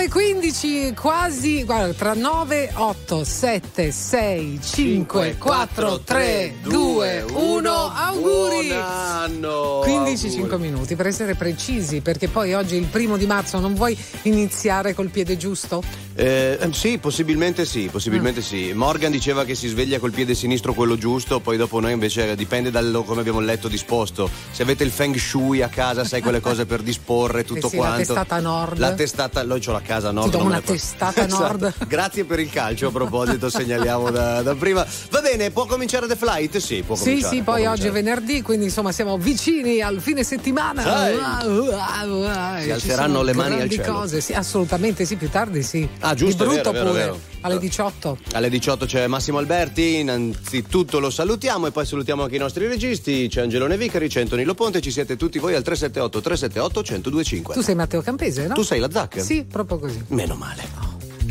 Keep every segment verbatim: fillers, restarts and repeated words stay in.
e quindici, quasi, guarda, tra nove, otto, sette, sei, cinque, quattro, tre, due, uno, auguri! Buon anno! quindici, cinque minuti per essere precisi, perché poi oggi è il primo di marzo, non vuoi iniziare col piede giusto? Eh, sì, possibilmente sì, possibilmente mm. sì. Morgan diceva che si sveglia col piede sinistro quello giusto, poi dopo noi invece dipende da come abbiamo il letto disposto. Se avete il feng shui a casa, sai quelle cose per disporre tutto eh sì, quanto. La testata nord. La testata, noi c'ho la casa nord. Ti do non una testata nord. Esatto. Grazie per il calcio, a proposito, segnaliamo da, da prima. Va bene, può cominciare The Flight? Sì, può sì, cominciare. Sì, sì, poi oggi è venerdì, quindi insomma siamo vicini al fine settimana. Si alzeranno le mani al cielo. Cose. Sì, assolutamente sì, più tardi sì. Ah, giusto, di brutto vero, pure. vero, vero. Alle diciotto. Alle diciotto c'è Massimo Alberti, innanzitutto lo salutiamo e poi salutiamo anche i nostri registi, c'è Angelone Vicari, c'è Antonino Ponte, ci siete tutti voi al tre sette otto tre sette otto uno zero due cinque. Tu sei Matteo Campese, no? Tu sei la Zac? Sì, proprio così. Meno male. Oh.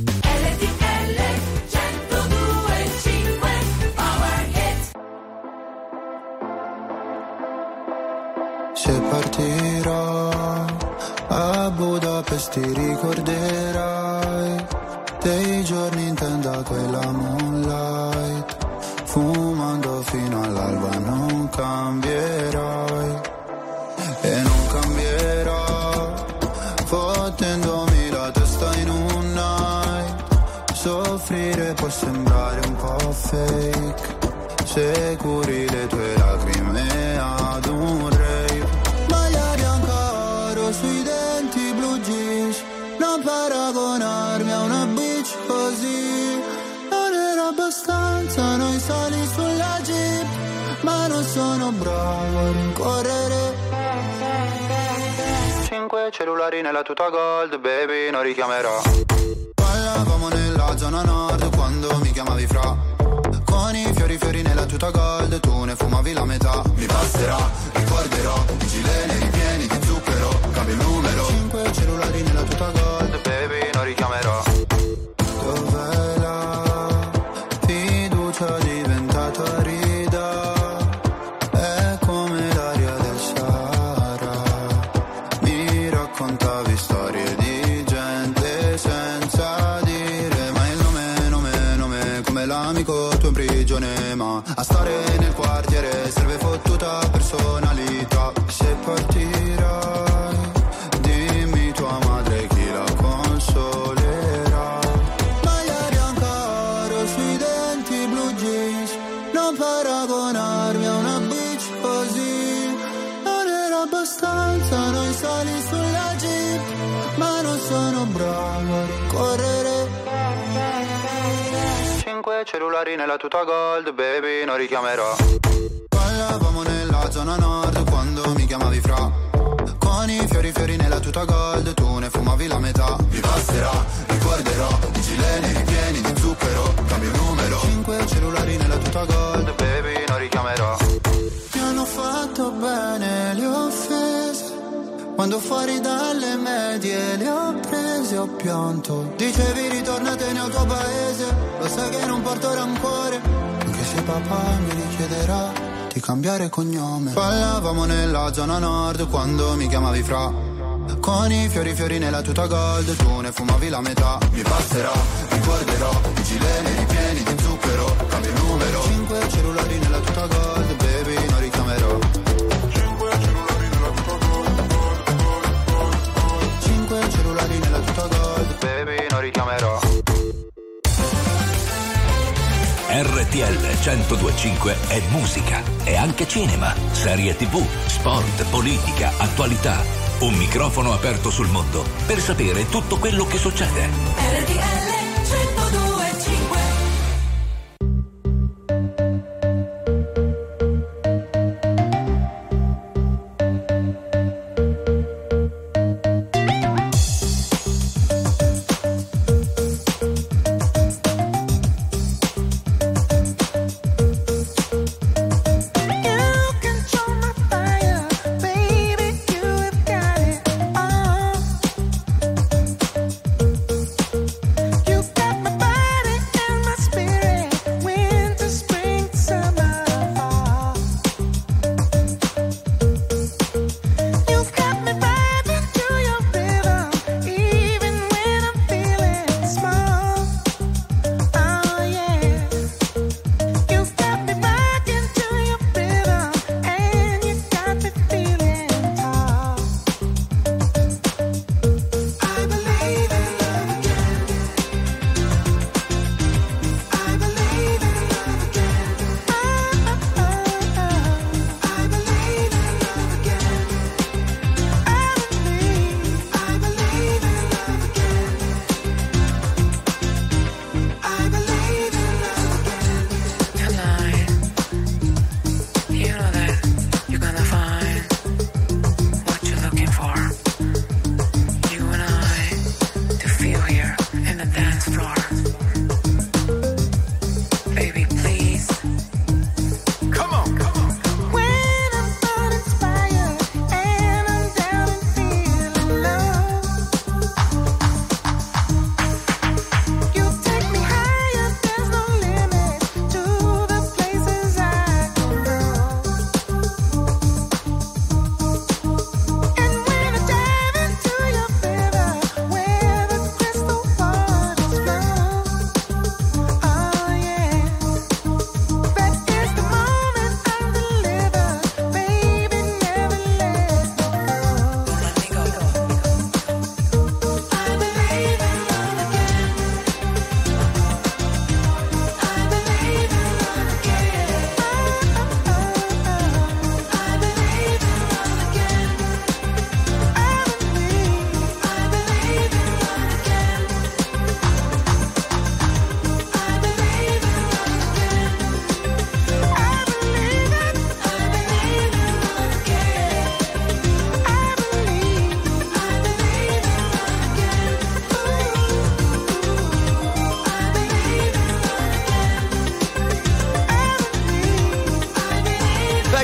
Se partirò a Budapest ti ricorderai dei giorni in tenda quella moonlight, fumando fino all'alba non cambierai e non cambierò, fottendomi la testa in un night. Soffrire può sembrare un po' fake se curi le tue lacrime ad un rave. Maglia bianca oro sui denti, blu jeans, non paragonarmi a una bitch così. Non era abbastanza noi sali sulla jeep, ma non sono bravo a rincorrere. Cinque cellulari nella tuta gold, baby, non richiamerò. Parlavamo nella zona nord quando mi chiamavi fra. Con i fiori fiori nella tuta gold, tu ne fumavi la metà. Mi passerà, ricorderò, i gileni ripieni di zucchero, cambio il numero. Cinque cellulari nella tuta gold, baby, non richiamerò. Dov'è la fiducia diventata rida? È come l'aria del Sahara. Mi raccontavi storie di gente senza dire mai il nome, nome, nome, come l'amico tuo in prigione, ma a stare nel quartiere serve fottuta personalità. Se partirai, dimmi tua madre chi la consolerà. Maglia bianca oro sui denti, blu jeans, non paragonarmi a una bitch così. Non era abbastanza noi sali sulla jeep, ma non sono bravo a rincorrere. Cinque cellulari nella tuta gold, baby, non richiamerò. Parlavamo nella zona nord quando mi chiamavi fra. Con i fiori fiori nella tuta gold, tu ne fumavi la metà. Mi passerà, ricorderò, i gileni ripieni di zucchero, cambio il numero. Cinque cellulari nella tuta gold, baby, non richiamerò. Mi hanno fatto bene le offese, quando fuori dalle medie le ho prese, ho pianto. Dicevi ritornatene al tuo paese, lo sai che non porto rancore, anche se papà mi richiederà di cambiare cognome. Parlavamo nella zona nord quando mi chiamavi fra. Con i fiori fiori nella tuta gold, tu ne fumavi la metà. Mi passerà, ricorderò, i gileni ripieni di zucchero, cambio il numero. Cinque cellulari nella tuta gold, baby, non richiamerò. Cellulari nella tuta gold, baby, non richiamerò. R T L centodue e cinque è musica, è anche cinema, serie tivù, sport, politica, attualità. Un microfono aperto sul mondo per sapere tutto quello che succede. R T L centodue e cinque. You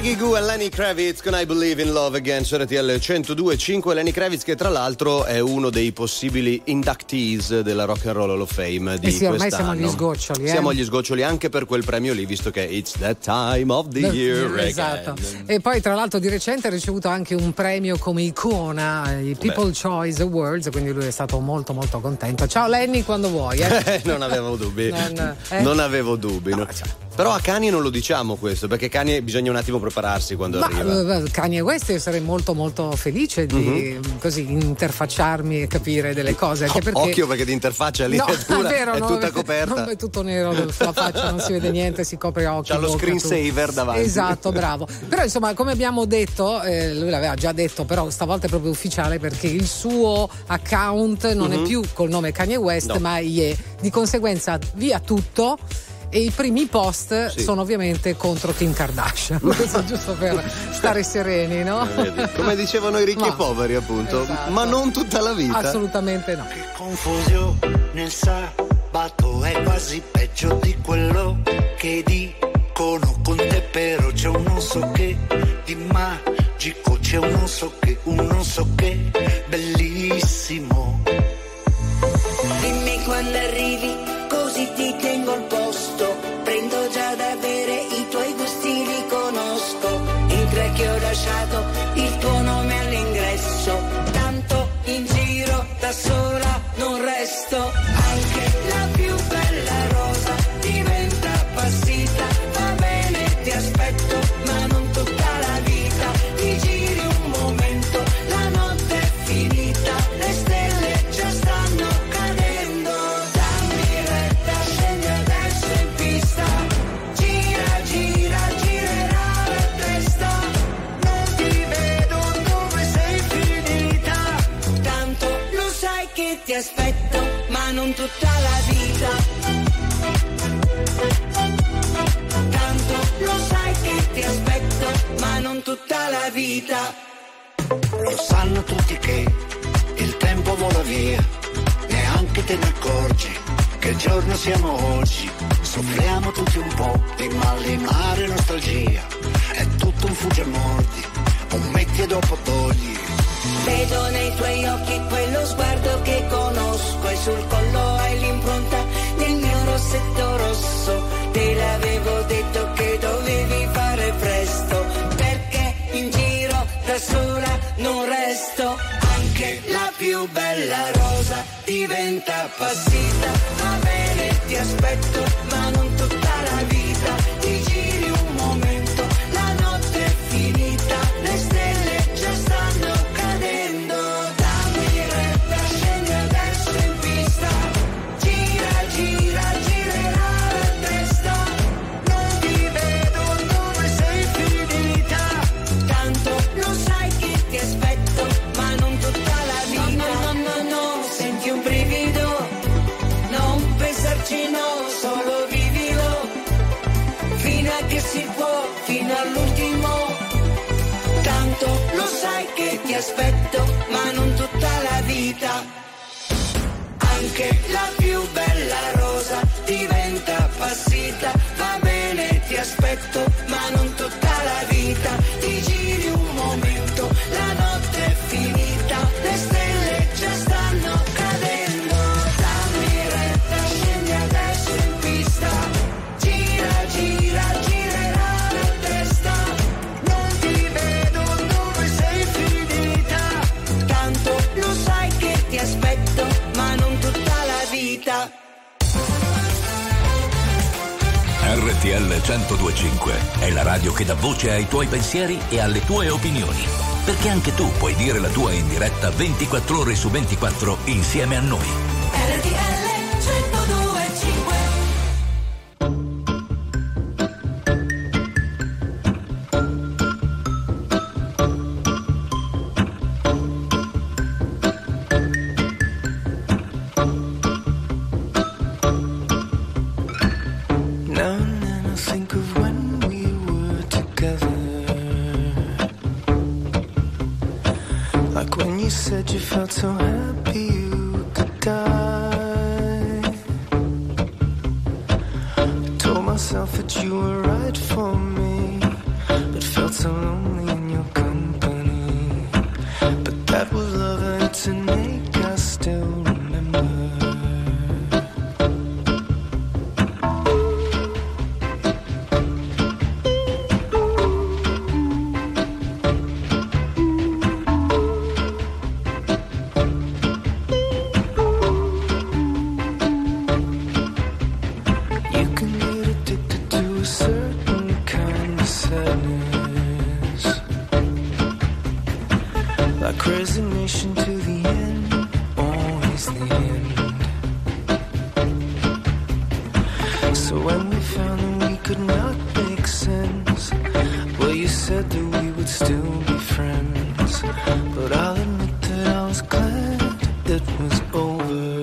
Peggy Gou e Lenny Kravitz con I Believe in Love Again su R T L centodue e cinque. Lenny Kravitz, che tra l'altro è uno dei possibili inductees della Rock and Roll Hall of Fame di eh sì, ormai quest'anno. siamo agli sgoccioli, eh? Siamo agli sgoccioli anche per quel premio lì, visto che it's that time of the year. Esatto. Again. E poi tra l'altro di recente ha ricevuto anche un premio come icona, i People Beh. Choice Awards, quindi lui è stato molto molto contento. Ciao Lenny, quando vuoi, eh? Non avevo dubbi. Non, eh? non avevo dubbi. No, no. Però a Kanye non lo diciamo questo, perché Kanye bisogna un attimo prepararsi quando Ma, arriva. Kanye West, io sarei molto molto felice di mm-hmm. così interfacciarmi e capire delle cose. Anche perché... Occhio, perché di interfaccia lì no, è, dura, è, vero, è no, tutta coperta. È tutto nero sulla faccia, non si vede niente, si copre occhi. C'ha lo screensaver davanti. Esatto, bravo. Però insomma, come abbiamo detto, eh, lui l'aveva già detto, però stavolta è proprio ufficiale, perché il suo account non mm-hmm. è più col nome Kanye West, no. ma Ye. Di conseguenza via tutto. E i primi post sì. sono ovviamente contro Kim Kardashian. Questo giusto per stare sereni, no? Come dicevano i ricchi ma, e poveri, appunto. Esatto. Ma non tutta la vita. Assolutamente no. Che confusione nel sabato, è quasi peggio di quello che dicono con te, però c'è un non so che di magico, c'è un non so che, un non so che bellissimo. Dimmi quando arrivi, così ti tengo il posto. Prendo già da bere, i tuoi gusti li conosco. In tre che ho lasciato il tuo nome all'ingresso. Tanto in giro da sola non resto. Anche la più bella rosa diventa appassita. Va bene, ti aspetto, ma non tutta la vita. Ti giri un momento, la notte è finita. Le stelle già stanno cadendo. Dammi retta, scendi adesso in pista. Gira, gira, girerà la testa. Non ti vedo dove sei finita. Tanto lo sai che ti aspetto, ma non tutta la vita. Tanto lo sai che ti aspetto, ma non tutta la vita. Lo sanno tutti che il tempo vola via, neanche te ne accorgi che giorno siamo oggi. Soffriamo tutti un po' di malinare nostalgia, è tutto un fugge mordi, un metti e dopo togli. Vedo nei tuoi occhi quello sguardo che conosco, e sul collo hai l'impronta del mio rossetto rosso. Te l'avevo detto che dovevi fare presto, perché in giro da sola non resto. Anche la più bella rosa diventa appassita. Va bene, ti aspetto, ma non tutta la vita. Ti giri un momento, la notte è finita. Le stelle già stanno cadendo. Dammi retta, scendi adesso in pista. Gira, gira, girerà la testa. Non ti vedo dove sei finita. Tanto lo sai che ti aspetto, ma non tutta la vita. No, no, no, no, senti un brivido. Non pensarci, no, solo vivilo. Fino a che si può, fino all'ultimo. Tanto lo sai che ti aspetto, ma non tutta la vita. Anche la più bella rosa diventa appassita. Va bene, ti aspetto, ma non tutta la vita. Ti giri un momento, la notte è finita. Le stelle già stanno cadendo. Dammi retta, scendi adesso in pista. Gira, gira, girerà la testa. Non ti vedo dove sei finita. Tanto lo sai che ti aspetto, ma non tutta la vita. R T L centodue e cinque è la radio che dà voce ai tuoi pensieri e alle tue opinioni. Perché anche tu puoi dire la tua in diretta ventiquattro ore su ventiquattro insieme a noi. R T L centodue e cinque. Now and then I think of when we were together, like when you said you felt so happy you could die. I told myself that you were right for me, but felt so lonely in your company. But that was love and to make us still remember. Resignation to the end, always the end. So when we found that we could not make sense, well, you said that we would still be friends. But I'll admit that I was glad it was over.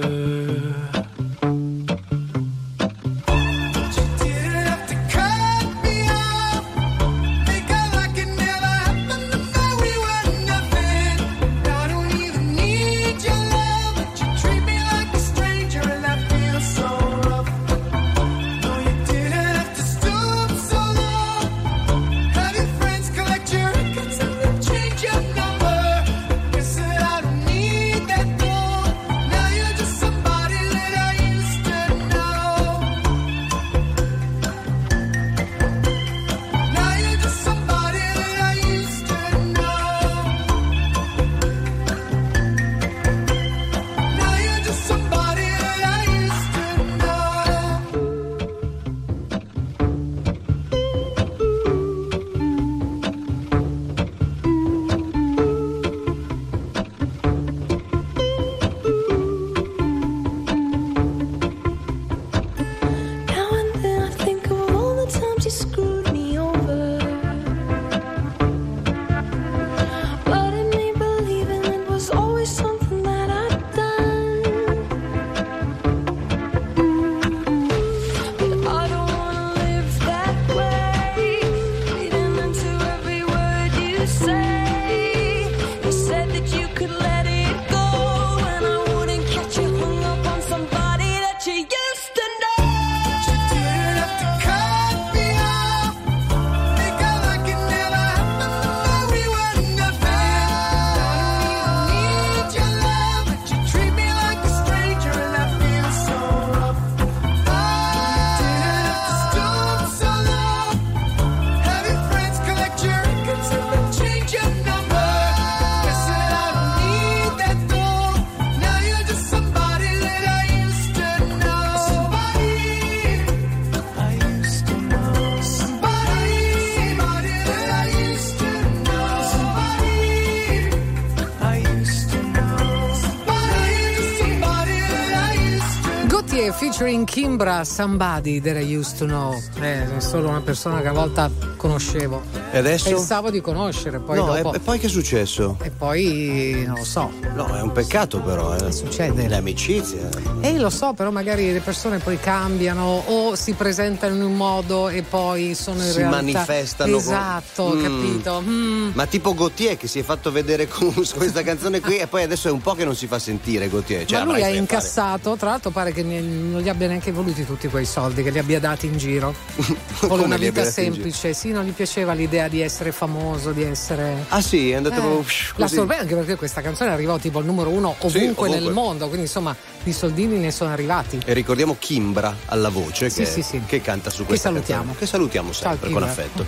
Featuring Kimbra, Somebody That I Used to Know. Eh, è solo una persona che a volta conoscevo. E adesso? Pensavo di conoscere, poi no, dopo... e, e poi che è successo? E poi non lo so. No, è un peccato però. Eh. Che succede? Le amicizie. Eh, lo so, però magari le persone poi cambiano o si presentano in un modo e poi sono in si realtà... manifestano. Esatto, con... mm. capito? Mm. Ma tipo Gautier che si è fatto vedere con questa canzone qui e poi adesso è un po' che non si fa sentire Gautier. Cioè, ma lui ha incassato, tra l'altro pare che non gli abbia neanche voluti tutti quei soldi, che li abbia dati in giro. Vuole una vita semplice, sì, non gli piaceva l'idea di essere famoso, di essere... Ah sì, è andato eh, proprio la così. sorpresa, anche perché questa canzone arrivò tipo al numero uno ovunque, sì, ovunque nel mondo, quindi insomma i soldini ne sono arrivati. E ricordiamo Kimbra alla voce sì, che, sì, sì. che canta su questa che salutiamo. canzone. Che salutiamo sempre. Ciao, con affetto.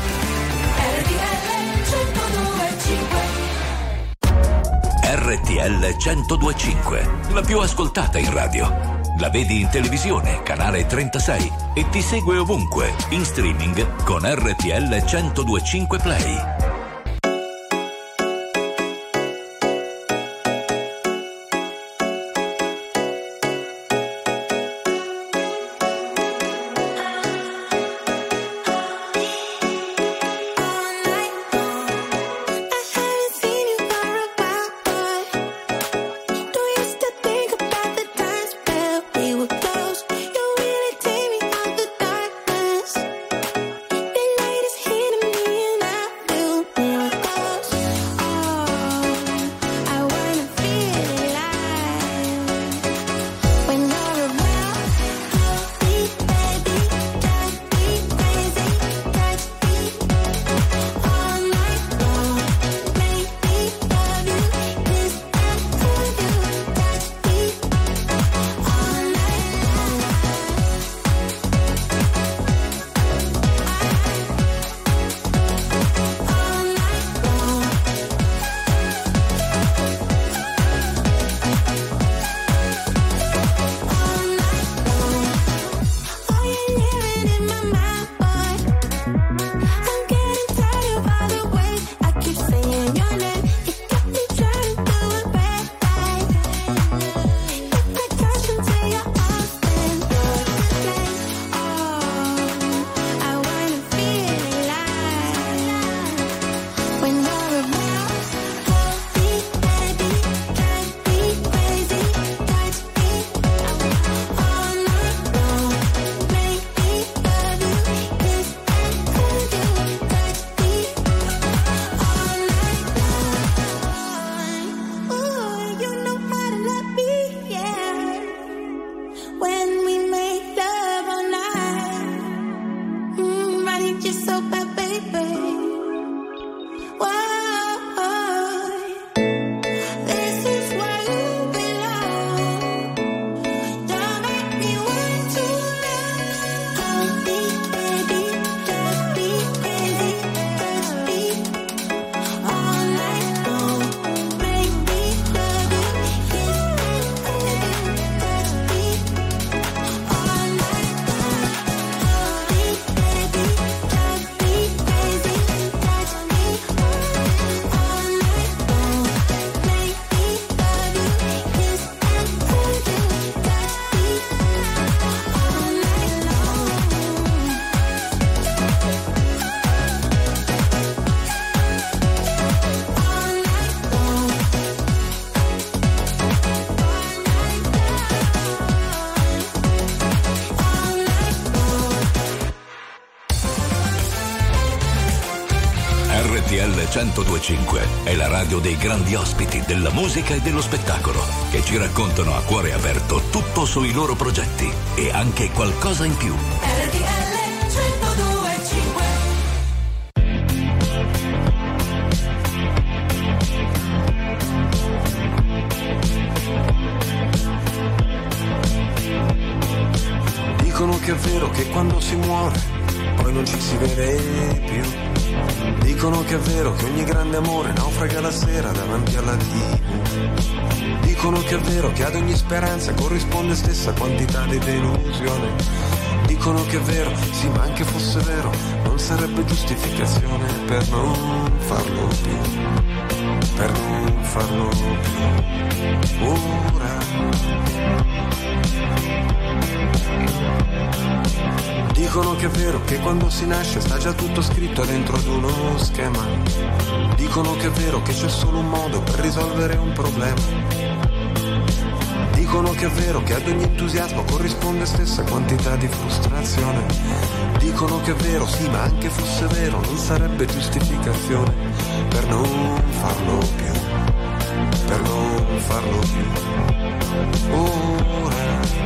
R T L centodue e cinque, la più ascoltata in radio. La vedi in televisione, canale trentasei, e ti segue ovunque, in streaming con R T L centodue e cinque Play. Your latest hit me and I feel centodue e cinque è la radio dei grandi ospiti della musica e dello spettacolo che ci raccontano a cuore aperto tutto sui loro progetti e anche qualcosa in più. R T L centodue e cinque. Dicono che è vero che quando si muore poi non ci si vede più. Dicono che è vero che ogni grande amore naufraga la sera davanti alla tivù. Dicono che è vero che ad ogni speranza corrisponde stessa quantità di delusione. Dicono che è vero, sì, ma anche fosse vero, non sarebbe giustificazione per non farlo più, per non farlo più. Ora dicono che è vero che quando si nasce sta già tutto scritto dentro ad uno schema. Dicono che è vero che c'è solo un modo per risolvere un problema. Dicono che è vero che ad ogni entusiasmo corrisponde stessa quantità di frustrazione. Dicono che è vero, sì, ma anche fosse vero non sarebbe giustificazione per non farlo più, per non farlo più. Ora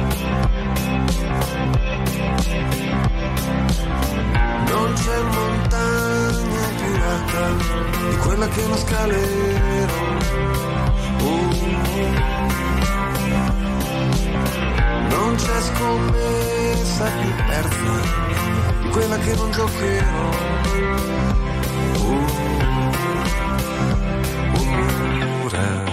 non c'è montagna più alta di quella che non scalerò. Uh, non c'è scommessa più persa di quella che non giocherò. Uh, ora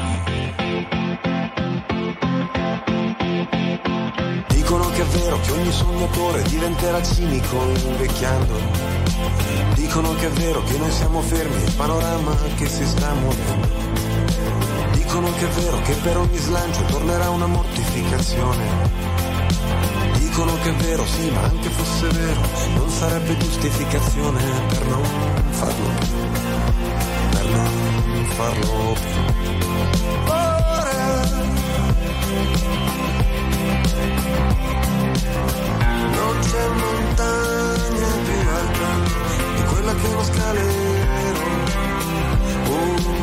dicono che è vero che ogni sognatore diventerà cinico invecchiando. Dicono che è vero che noi siamo fermi, il panorama che si sta muovendo. Dicono che è vero che per ogni slancio tornerà una mortificazione. Dicono che è vero, sì, ma anche fosse vero, non sarebbe giustificazione per non farlo più, per non farlo più. Ora non c'è montagna più alta di quella che non scalerò. Uh,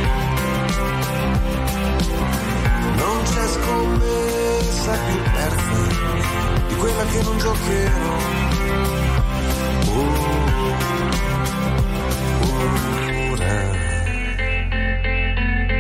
non c'è scommessa più persa di quella che non giocherò. Uh, ora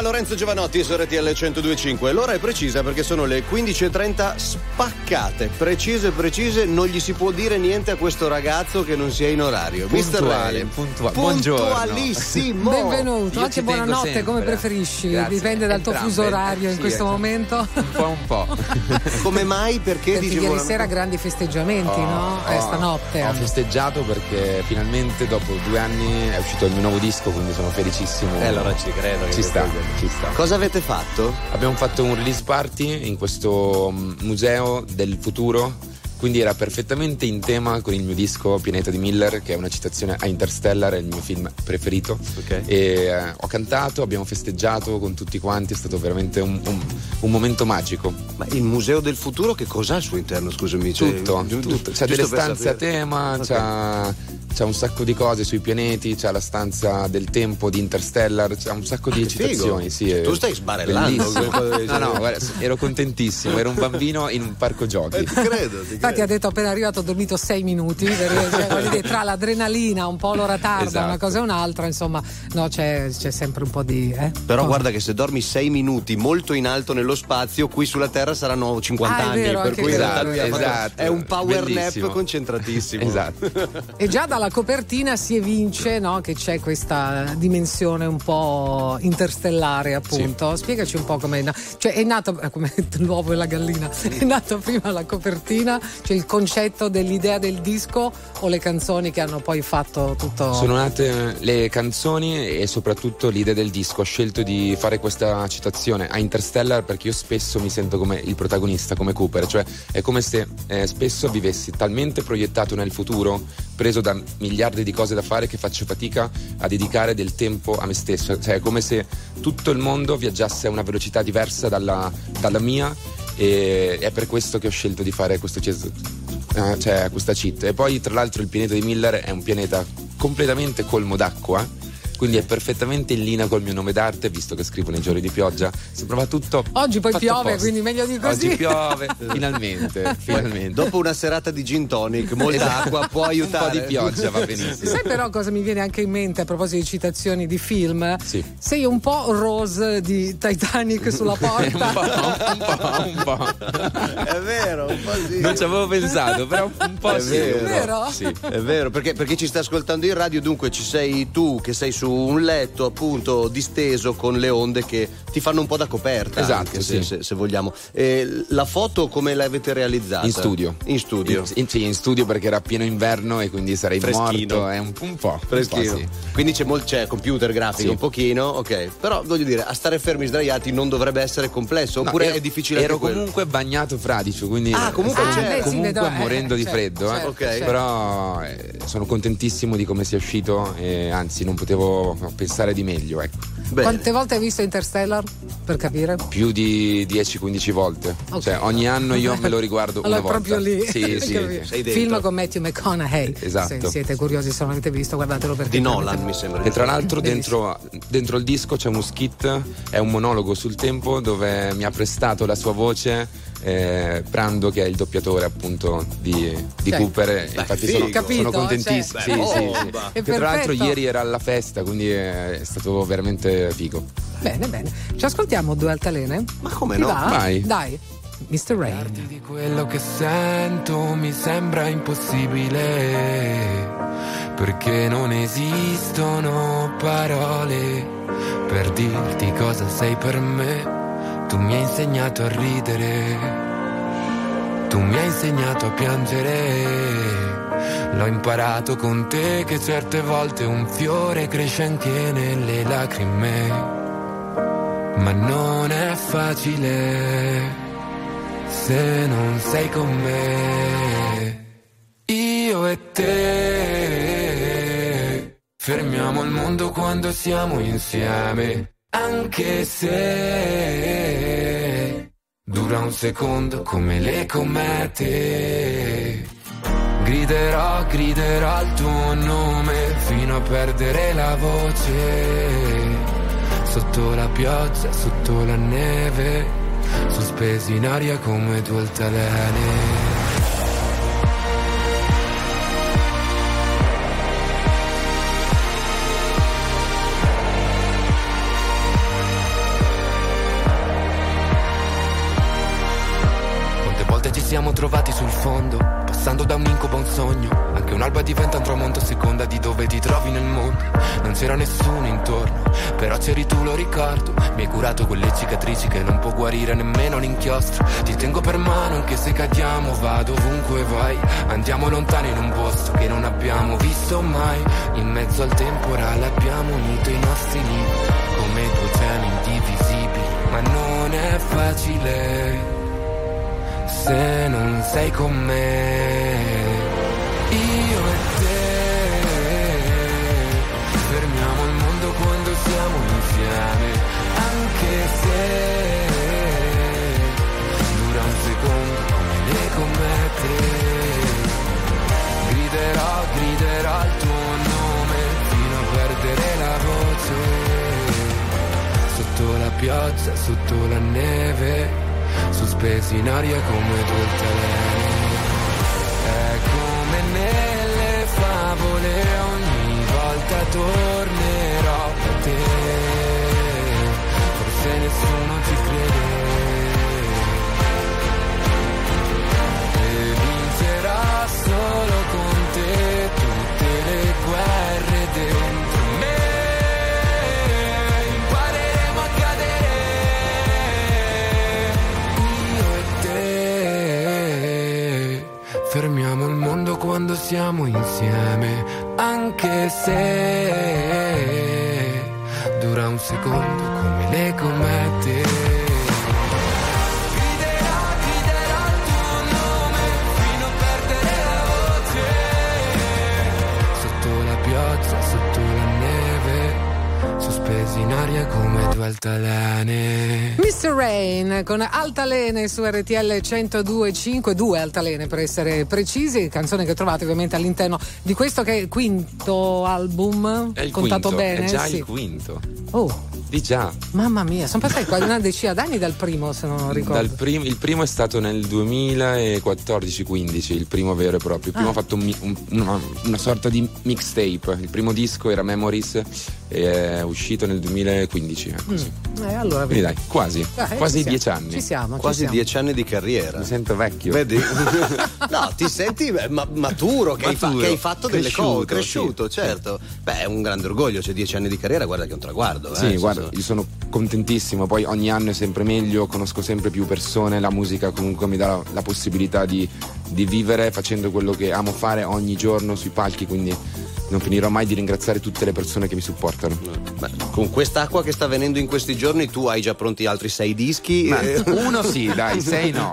Lorenzo Giovanotti su R T L centodue e cinque. L'ora è precisa perché sono le quindici e trenta spaccate, precise precise, non gli si può dire niente a questo ragazzo che non sia in orario. mister Ray, puntua- puntualissimo. Benvenuto, Io anche ci tengo buonanotte, sempre. come preferisci, Grazie. dipende dal tuo Entrambe. fuso orario in Sì, questo esatto. momento. Un po' un po'. Come mai? Perché Perché dici ieri buona- sera grandi festeggiamenti, Oh, no? oh, Eh, stanotte. Ho festeggiato perché finalmente dopo due anni è uscito il mio nuovo disco, quindi sono felicissimo. Eh, allora ci credo che Ci sta, festeggia. ci sta. Cosa avete fatto? Abbiamo fatto un release party in questo mm, museo del futuro. Quindi era perfettamente in tema con il mio disco Pianeta di Miller, che è una citazione a Interstellar, è il mio film preferito. Ok. E eh, ho cantato, abbiamo festeggiato con tutti quanti, è stato veramente un, un, un momento magico. Ma il museo del futuro che cos'ha al suo interno, scusami? Cioè, Tutto, giu- tutto. giusto C'è delle per stanze a sapere. tema, Ok. c'ha, c'ha un sacco di cose sui pianeti, c'ha la stanza del tempo di Interstellar, c'ha un sacco di Ah, che figo. citazioni. Sì, è Tu stai sbarellando. bellissimo. quelle cose- No, no, guarda, ero contentissimo, ero un bambino in un parco giochi. Eh, ti credo, ti Infatti credo. ha detto appena arrivato ho dormito sei minuti perché, cioè, voglio dire, tra l'adrenalina, un po' l'ora tarda, Esatto. una cosa e un'altra, insomma, no, c'è, c'è sempre un po' di eh? Però Oh. guarda che se dormi sei minuti molto in alto nello spazio, qui sulla Terra saranno cinquanta Ah, è anni. vero, per anche cui in quello, realtà lui ha esatto, fatto- esatto. è un power Bellissimo. nap concentratissimo. Esatto. E già dalla copertina si evince, no, che c'è questa dimensione un po' interstellare, appunto. Spiegaci un po' com'è na- cioè è nato eh, come l'uovo e la gallina, è nato prima la copertina, cioè il concetto dell'idea del disco o le canzoni che hanno poi fatto tutto. Sono nate le canzoni e soprattutto l'idea del disco. Ho scelto di fare questa citazione a Interstellar perché io spesso mi sento come il protagonista, come Cooper, cioè è come se eh, spesso vivessi talmente proiettato nel futuro, preso da miliardi di cose da fare, che faccio fatica a dedicare del tempo a me stesso. Cioè è come se tutto il mondo viaggiasse a una velocità diversa dalla, dalla mia, e è per questo che ho scelto di fare questo eh, cioè questa cheat. E poi tra l'altro il pianeta di Miller è un pianeta completamente colmo d'acqua, quindi è perfettamente in linea col mio nome d'arte, visto che scrivo nei giorni di pioggia. Sembrava tutto Oggi poi fatto piove, apposta. quindi meglio di così. Oggi piove, finalmente, finalmente. Dopo una serata di gin tonic, molta acqua può aiutare. Un po' di pioggia va benissimo. Sai però cosa mi viene anche in mente a proposito di citazioni di film? Sì. Sei un po' Rose di Titanic sulla porta. un po', un po', un po'. È vero, un po' sì. Non ci avevo pensato, però un po' È sì. vero. un po'. Vero? Sì. È vero, perché, perché ci sta ascoltando in radio, dunque ci sei tu che sei su un letto appunto disteso con le onde che ti fanno un po' da coperta. Esatto, anche se, sì. se, se vogliamo. E la foto come l'avete realizzata? In studio. In studio. In, sì, in studio perché era pieno inverno e quindi sarei Freschino. morto. È un, un po'. Freschino. Un po', sì. Quindi c'è, mol- c'è computer grafico Sì. un pochino, ok. Però voglio dire, a stare fermi sdraiati non dovrebbe essere complesso, No, oppure ero- è difficile Ero anche quello? comunque bagnato fradicio, quindi Ah, comunque stavo c'era. beh, sì, comunque vedo, eh, morendo di certo, freddo, eh. certo, Ok. certo. Però eh, sono contentissimo di come sia uscito e anzi non potevo pensare di meglio, ecco. Bene. Quante volte hai visto Interstellar? Per capire? Più di dieci quindici volte. Ok. Cioè ogni anno io me lo riguardo Allora, una volta. proprio lì. Sì, sì, Capito? sì. Sei dentro. Film con Matthew McConaughey. Esatto. Se siete curiosi, se non l'avete visto, guardatelo perché Di Nolan mi sembra. E tra l'altro Bellissimo. dentro, dentro il disco c'è uno skit, è un monologo sul tempo dove mi ha prestato la sua voce eh, Brando, che è il doppiatore appunto di, di Cioè, Cooper. Infatti figo. sono, Capito? sono contentissimo. Cioè, Sì, beh, sì, bomba. sì. È Che tra l'altro perfetto. ieri era alla festa, quindi è stato veramente figo. Bene, bene. Ci ascoltiamo due altalene? Ma come Ti no? va? Vai. Dai, mister Rain. Di quello che sento mi sembra impossibile, perché non esistono parole per dirti cosa sei per me. Tu mi hai insegnato a ridere, tu mi hai insegnato a piangere. L'ho imparato con te che certe volte un fiore cresce anche nelle lacrime, ma non è facile se non sei con me. Io e te fermiamo il mondo quando siamo insieme, anche se dura un secondo come le comete. Griderò, griderò il tuo nome fino a perdere la voce, sotto la pioggia, sotto la neve, sospesi in aria come due altalene. passando da un incubo a un sogno. Anche un'alba diventa un tramonto a seconda di dove ti trovi nel mondo. Non c'era nessuno intorno, però c'eri tu, lo ricordo. Mi hai curato quelle cicatrici che non può guarire nemmeno l'inchiostro. Ti tengo per mano anche se cadiamo, vado ovunque vai. Andiamo lontani in un posto che non abbiamo visto mai. In mezzo al temporale abbiamo unito i nostri libri come due geni indivisibili. Ma non è facile se non sei con me. Io e te fermiamo il mondo quando siamo insieme, anche se dura un secondo come me, come te. Griderò, griderò il tuo nome fino a perdere la voce. Sotto la pioggia, sotto la neve, sospesi in aria come due altalene. È come nelle favole, ogni volta tornerò da te. Forse nessuno ci crede e vincerò solo con te tutte le guerre dentro me. Impareremo a cadere, io e te. Fermiamo il mondo quando siamo insieme, anche se dura un secondo come le comete. Griderò, griderò il tuo nome fino a perdere la voce. Sotto la pioggia, sotto la neve, sospesi in aria come due altalene. mister Rain con Altalene su R T L centodue e cinque, due altalene per essere precisi, canzone che trovate ovviamente all'interno di questo che è il quinto album. È il contato quinto, bene? è già sì. il quinto. Oh, Di già. mamma mia, sono passati quasi una decina d'anni dal primo, se non ricordo. Dal prim- il primo è stato nel duemilaquattordici quindici, il primo vero e proprio. Il primo Ah. ho fatto un mi- un- una, una sorta di mixtape. Il primo disco era Memories e è uscito nel duemilaquindici. Ecco, sì. Mm. Eh, allora, Quindi dai, quasi, Eh, quasi ci siamo, dieci anni. Ci siamo, ci Quasi siamo. dieci anni di carriera. Mi sento vecchio. Vedi? No, ti senti beh, ma- maturo, che, Hai fa- Maturo. che hai fatto delle Cresciuto, cose, cresciuto, sì. certo. Beh, è un grande orgoglio, cioè dieci anni di carriera, guarda che è un traguardo. Sì, eh, guarda, senso- io sono contentissimo, poi ogni anno è sempre meglio, conosco sempre più persone, la musica comunque mi dà la, la possibilità di, di vivere facendo quello che amo fare ogni giorno sui palchi, quindi non finirò mai di ringraziare tutte le persone che mi supportano. Beh, con quest'acqua che sta venendo in questi giorni, tu hai già pronti altri sei dischi? Ma Eh, uno sì, dai, sei no.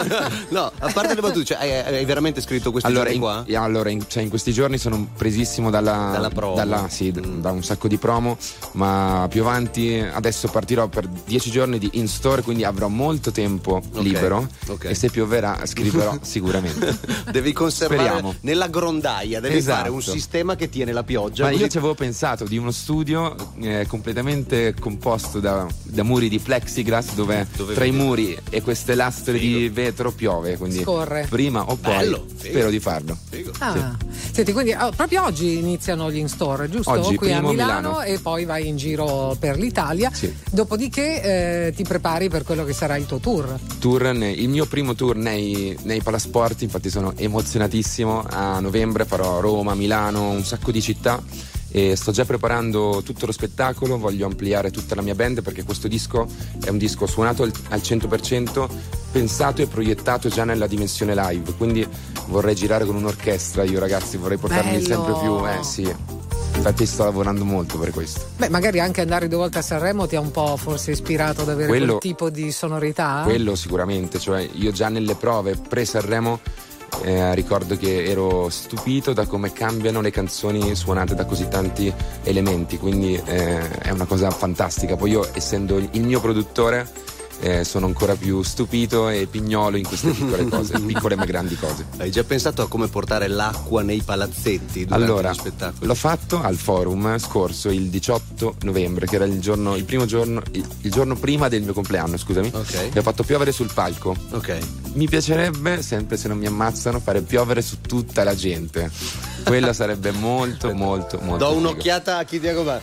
no, a parte le battute, cioè, hai, hai veramente scritto questi Allora, giorni in, qua? allora in, cioè in questi giorni sono presissimo dalla, Dalla promo. dalla- sì, d- Mm. da un sacco di promo, ma più avanti adesso partirò per dieci giorni di in store, quindi avrò molto tempo Ok, libero ok. e se pioverà scriverò sicuramente. Devi conservare Speriamo. nella grondaia, devi Esatto. fare un sistema che tiene la pioggia. Ma io così- ci avevo pensato di uno studio eh, completamente composto da, da muri di plexiglass dove, Dove tra i vedi- muri e queste lastre di vetro piove, quindi Scorre. prima o poi Bello, figo. spero di farlo. Figo. Ah. Senti, quindi oh, proprio oggi iniziano gli in-store, giusto? Oggi, Qui a primo Milano, Milano. e poi vai in giro per l'Italia. Sì. Dopodiché eh, ti prepari per quello che sarà il tuo tour. Tour, nei- il mio primo tour nei, nei Palasport, infatti sono emozionatissimo. A novembre farò Roma, Milano, un sacco di città e sto già preparando tutto lo spettacolo, voglio ampliare tutta la mia band perché questo disco è un disco suonato al, al cento per cento, pensato e proiettato già nella dimensione live, quindi vorrei girare con un'orchestra io, ragazzi, vorrei portarmi Bello. sempre più, eh sì, infatti sto lavorando molto per questo. Beh, magari anche andare due volte a Sanremo ti ha un po' forse ispirato ad avere Quello- quel tipo di sonorità? Quello sicuramente, cioè io già nelle prove pre-Sanremo eh, ricordo che ero stupito da come cambiano le canzoni suonate da così tanti elementi, quindi eh, è una cosa fantastica. Poi io, essendo il mio produttore, eh, sono ancora più stupito e pignolo in queste piccole cose, piccole ma grandi cose. Hai già pensato a come portare l'acqua nei palazzetti durante Allora, lo spettacolo? l'ho fatto al forum scorso il diciotto novembre, che era il giorno, il primo giorno, il, il giorno prima del mio compleanno, scusami. Ok. E ho fatto piovere sul palco. Ok. Mi piacerebbe, sempre se non mi ammazzano, fare piovere su tutta la gente. Quella sarebbe molto, molto, molto. Do figo. un'occhiata a chi Diego va.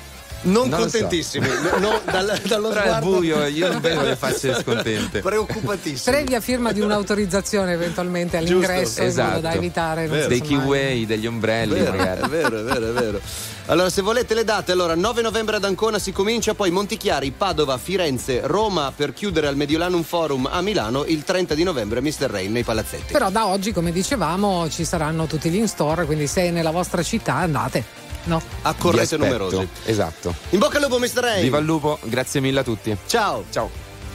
non, Non lo so. contentissimi. No, dal- dallo Però è sguardo buio, io non vedo le facce scontente. preoccupatissimi. Previa firma di un'autorizzazione eventualmente all'ingresso, Giusto, in esatto. modo da evitare non Dei si sa mai. kiwi, degli ombrelli, Vero, magari. è vero, è vero, è vero. Allora, se volete le date, allora nove novembre ad Ancona si comincia, poi Montichiari, Padova, Firenze, Roma per chiudere al Mediolanum Forum a Milano il trenta di novembre mister Rain nei palazzetti. Però da oggi, come dicevamo, ci saranno tutti gli in-store, quindi se è nella vostra città andate. No? Accorrete Vi aspetto. numerosi. Esatto. In bocca al lupo mister Rain. Viva il lupo, grazie mille a tutti. Ciao. Ciao.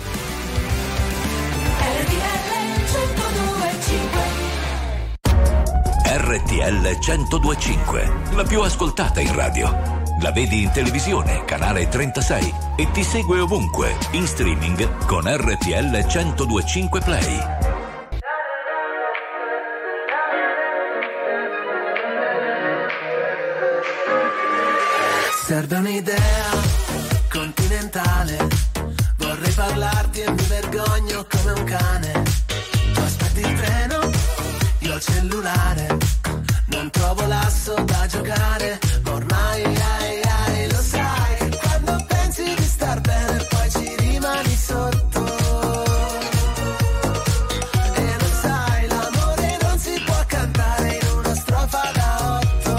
R T L centodue e cinque, la più ascoltata in radio. La vedi in televisione, canale trentasei, e ti segue ovunque, in streaming con R T L centodue e cinque Play. Serve un'idea continentale, vorrei parlarti e mi vergogno come un cane. Tu aspetti il treno, io il cellulare, non trovo l'asso da giocare, ma ormai ai, ai, lo sai che quando pensi di star bene poi ci rimani sotto. E lo sai, l'amore non si può cantare in una strofa da otto.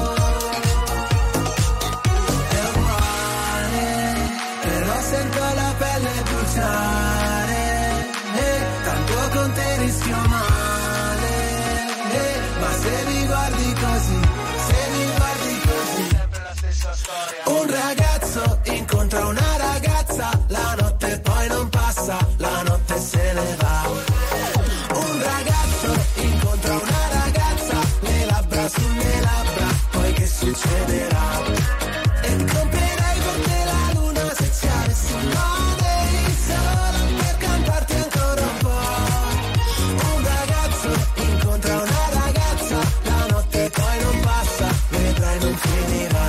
È uguale, però sento la pelle bruciare, e tanto con te rischio male, e, ma se mi guardi così, se mi guardi così, sempre la stessa storia. Un ragazzo incontra una ragazza, la notte poi non passa, la notte se ne va. Un ragazzo incontra una ragazza, le labbra sulle labbra, poi che succederà? E comprerei per te la luna se ci avessi money, solo per cantarti ancora un po'. Un ragazzo incontra una ragazza, la notte poi non passa, vedrai non finirà.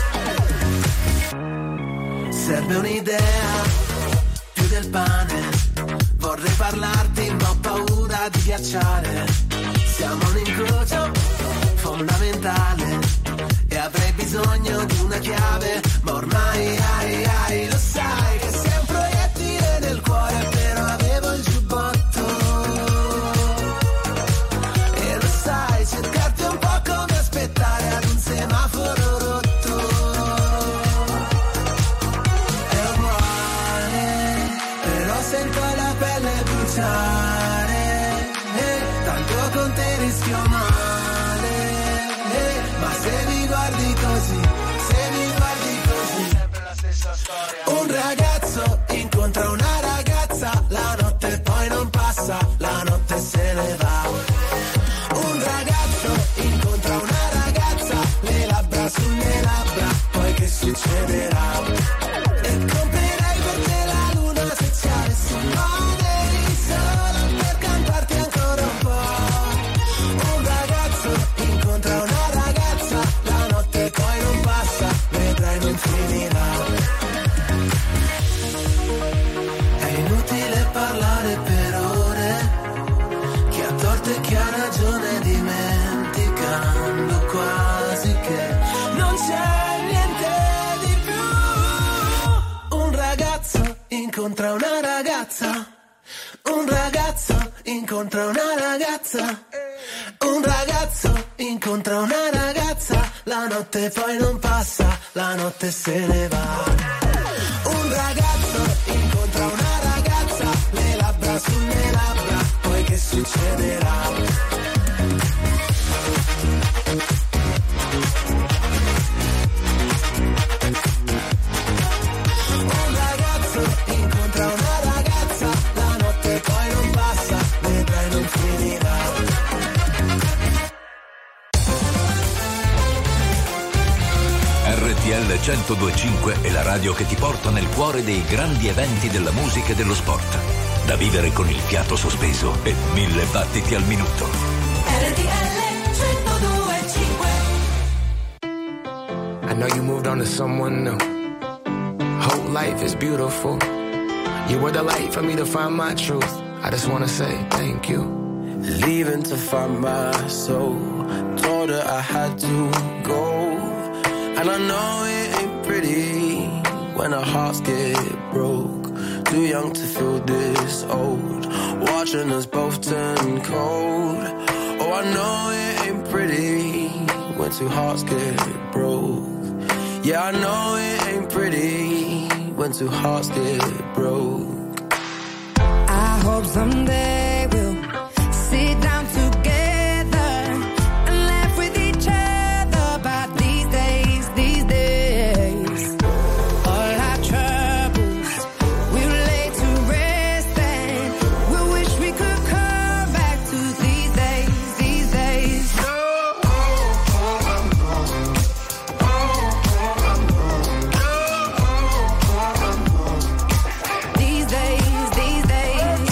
Serve un'idea, più del pane, vorrei parlarti ma ho paura di ghiacciare. Siamo un incrocio fondamentale e avrei bisogno di una chiave, ma ormai ai, ai, lo sai che sei un proiettile nel cuore, però avevo il giubbotto. E lo sai, cercarti è un po' come aspettare ad un semaforo rotto. È uguale, però sento la pelle bruciare, e tanto con te rischio male, e, ma se mi guardi così, se mi guardi così, sempre la stessa storia. Un ragazzo incontra una ragazza, la notte poi non passa, la notte se ne va. Un ragazzo incontra una ragazza, le labbra sulle labbra, poi che succederà? E comprerei per te la luna se ci avessi money, solo per cantarti ancora un po'. Un ragazzo incontra una ragazza, la notte poi non passa, vedrai non finirà. È inutile parlare per ore, chi ha torto e chi ha ragione, dimenticando quasi che non c'è niente di più. Un ragazzo incontra una ragazza, un ragazzo incontra una ragazza, un ragazzo incontra una ragazza, la notte poi non passa, la notte se ne va. Un ragazzo incontra una ragazza, le labbra sulle labbra, poi che succederà? Un ragazzo incontra una ragazza, la notte poi non passa, vedrai non finirà. R T L centodue e cinque è la radio che ti porta nel cuore dei grandi eventi della musica e dello sport. Da vivere con il fiato sospeso e mille battiti al minuto. R T L centodue e cinque. I know you moved on to someone new. Whole life is beautiful. You were the light for me to find my truth. I just wanna say thank you. Leaving to find my soul. Told her I had to go. And I know it ain't pretty. when our hearts get broke. Too young to feel this old, watching us both turn cold. Oh, I know it ain't pretty when two hearts get broke. Yeah, I know it ain't pretty when two hearts get broke. I hope someday we'll sit down together and laugh with each other about these days, these days. All our troubles we'll lay to rest and we'll wish we could come back to these days, these days. These days, these days.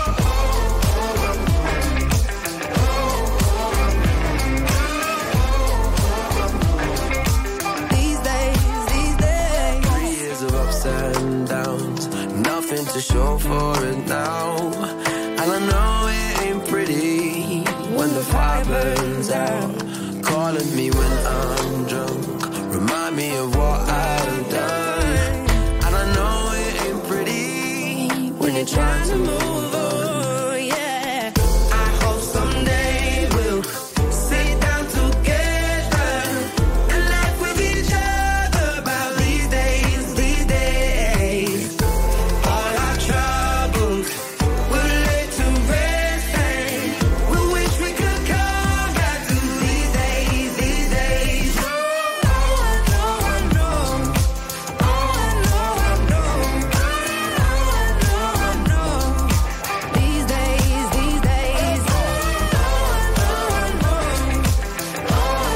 These days, these days. Three years of ups and downs, nothing to show for it now. And I know it ain't pretty when the fire burns out. Calling me when I'm drunk, remind me of what I've done. And I know it ain't pretty when you're trying to move on. Yeah, I hope someday we'll sit down together and laugh with each other about these days, these days. All our troubles we'll lay to rest and we'll wish we could come back to these days, these days. Oh, I know, I know. Oh, I know, I know. Oh, I know, I know. These days, these days. Oh, I know, I know. Oh,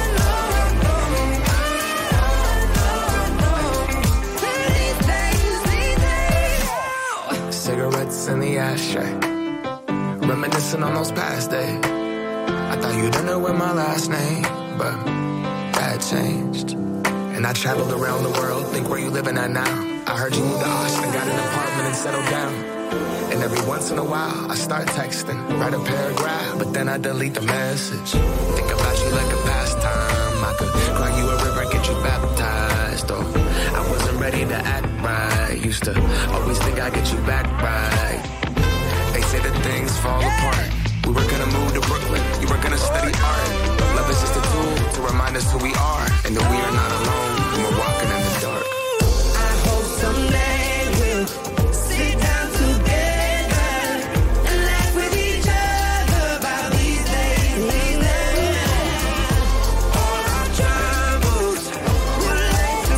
I know, I know. These days, these days. Cigarettes in the ashtray, reminiscing on those past days. I thought you didn't know with my last name, but that changed. And I traveled around the world, think where you living at now. I heard you moved to Austin, got an apartment and settled down. And every once in a while, I start texting, write a paragraph, but then I delete the message. Think about you like a pastime. I could cry you a river, get you baptized. Oh, I wasn't ready to act right. Used to always think I'd get you back right. They say that things fall apart. We were gonna move to Brooklyn, you were gonna study art. Love is just a tool to remind us who we are, and that we are not alone when we're walking in the dark. I hope someday we'll sit down together and laugh with each other about these days, these days. All our troubles we'll lay to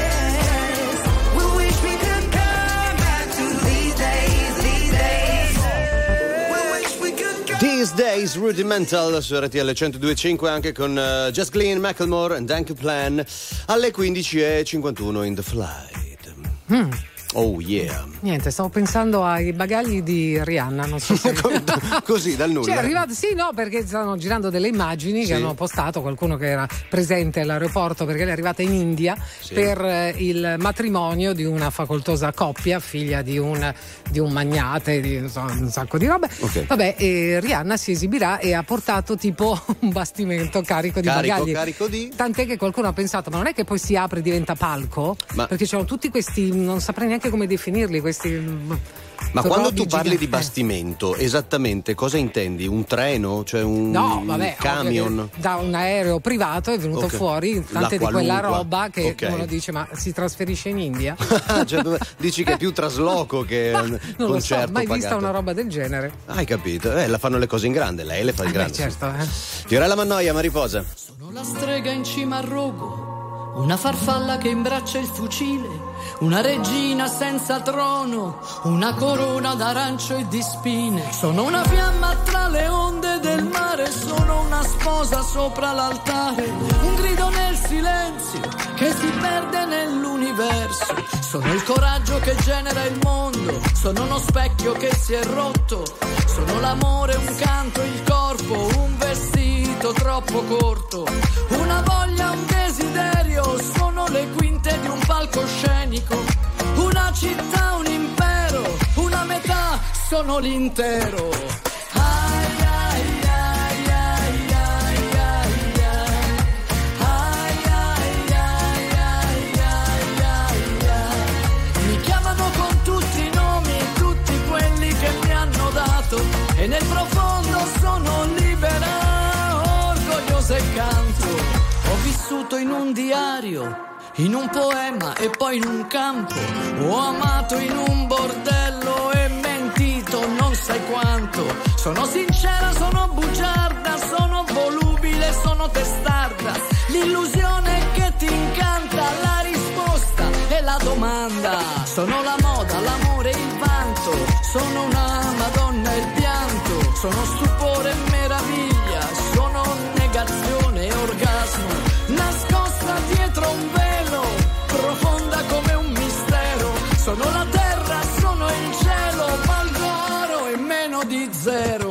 rest. We wish we could come back to these days, these days. We wish we could come. These Days Rudimental su R T L centodue e cinque, anche con uh, Just Glenn, Macklemore and Danke Plan alle quindici e cinquantuno in The Flight. Mm. Oh yeah. Niente, stavo pensando ai bagagli di Rihanna, non so se così dal nulla. Cioè, è arrivato, sì, no, perché stanno girando delle immagini, sì, che hanno postato qualcuno che era presente all'aeroporto, perché lei è arrivata in India, sì, per eh, il matrimonio di una facoltosa coppia, figlia di un, di un magnate, di insomma, un sacco di robe. Okay. Vabbè, e Rihanna si esibirà e ha portato tipo un bastimento carico di carico, bagagli. Carico di? Tant'è che qualcuno ha pensato, ma non è che poi si apre e diventa palco? Ma... Perché c'erano tutti questi, non saprei neanche come definirli, questi. Ma quando tu parli di bastimento, esattamente cosa intendi? Un treno? Cioè un no, vabbè, camion? Da un aereo privato è venuto okay. fuori tante di quella roba che okay. uno dice, ma si trasferisce in India? Cioè, dici che è più trasloco che ma, un non concerto lo so, mai pagato. Vista una roba del genere? Hai capito? Eh, la fanno le cose in grande, lei le fa in eh grande. Beh, certo, eh. Fiorella Mannoia, Mariposa. Sono la strega in cima al rogo, una farfalla che imbraccia il fucile, una regina senza trono, una corona d'arancio e di spine. Sono una fiamma tra le onde del mare, sono una sposa sopra l'altare, un grido nel silenzio che si perde nell'universo. Sono il coraggio che genera il mondo, sono uno specchio che si è rotto, sono l'amore, un canto, il corpo, un vestito troppo corto, una voglia, un desiderio, sono le quinte di un palcoscenico, una città, un impero, una metà, sono l'intero. Ai, ai, ai, ai, ai, ai, ai, ai, ai, ai, ai, ai, ai, ai. vissuto in un diario, in un poema e poi in un campo. Ho amato in un bordello e mentito non sai quanto. Sono sincera, sono bugiarda, sono volubile, sono testarda. L'illusione che ti incanta, la risposta e la domanda. Sono la moda, l'amore e il vanto. Sono una madonna e il pianto. Sono stupore e meraviglia. Sono negazione e orgasmo. Nascosta dietro un velo, profonda come un mistero. Sono la terra, sono il cielo, valgo oro e meno di zero.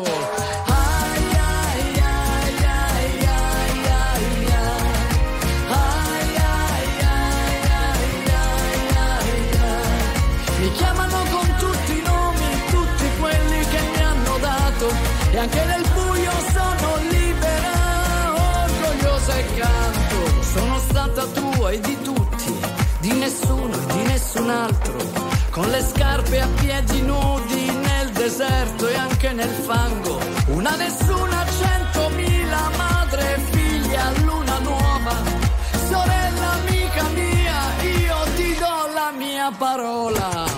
Mi chiamano con tutti i nomi, tutti quelli che mi hanno dato, e anche nel buio sono libera, orgogliosa e canto. Sono stata tua e di tutti, di nessuno e di nessun altro, con le scarpe a piedi nudi nel deserto e anche nel fango. Una nessuna, centomila, madre e figlia, luna nuova, sorella amica mia, io ti do la mia parola.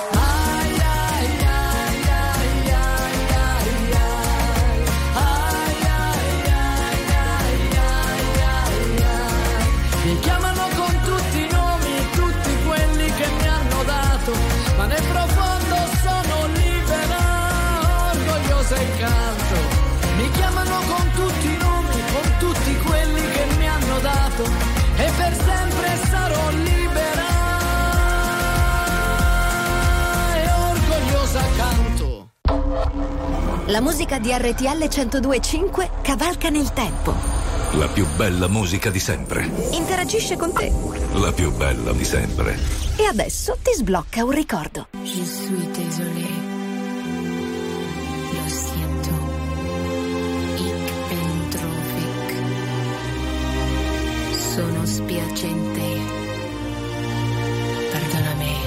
Mi chiamano con tutti i nomi, tutti quelli che mi hanno dato, ma nel profondo sono libera, orgogliosa e canto. Mi chiamano con tutti i nomi, con tutti quelli che mi hanno dato, e per sempre sarò libera e orgogliosa canto. La musica di R T L centodue e cinque cavalca nel tempo. La più bella musica di sempre. Interagisce con te. La più bella di sempre. E adesso ti sblocca un ricordo. Je suis désolé. Lo siento. Ik ben trofik. Sono spiacente. Perdonami.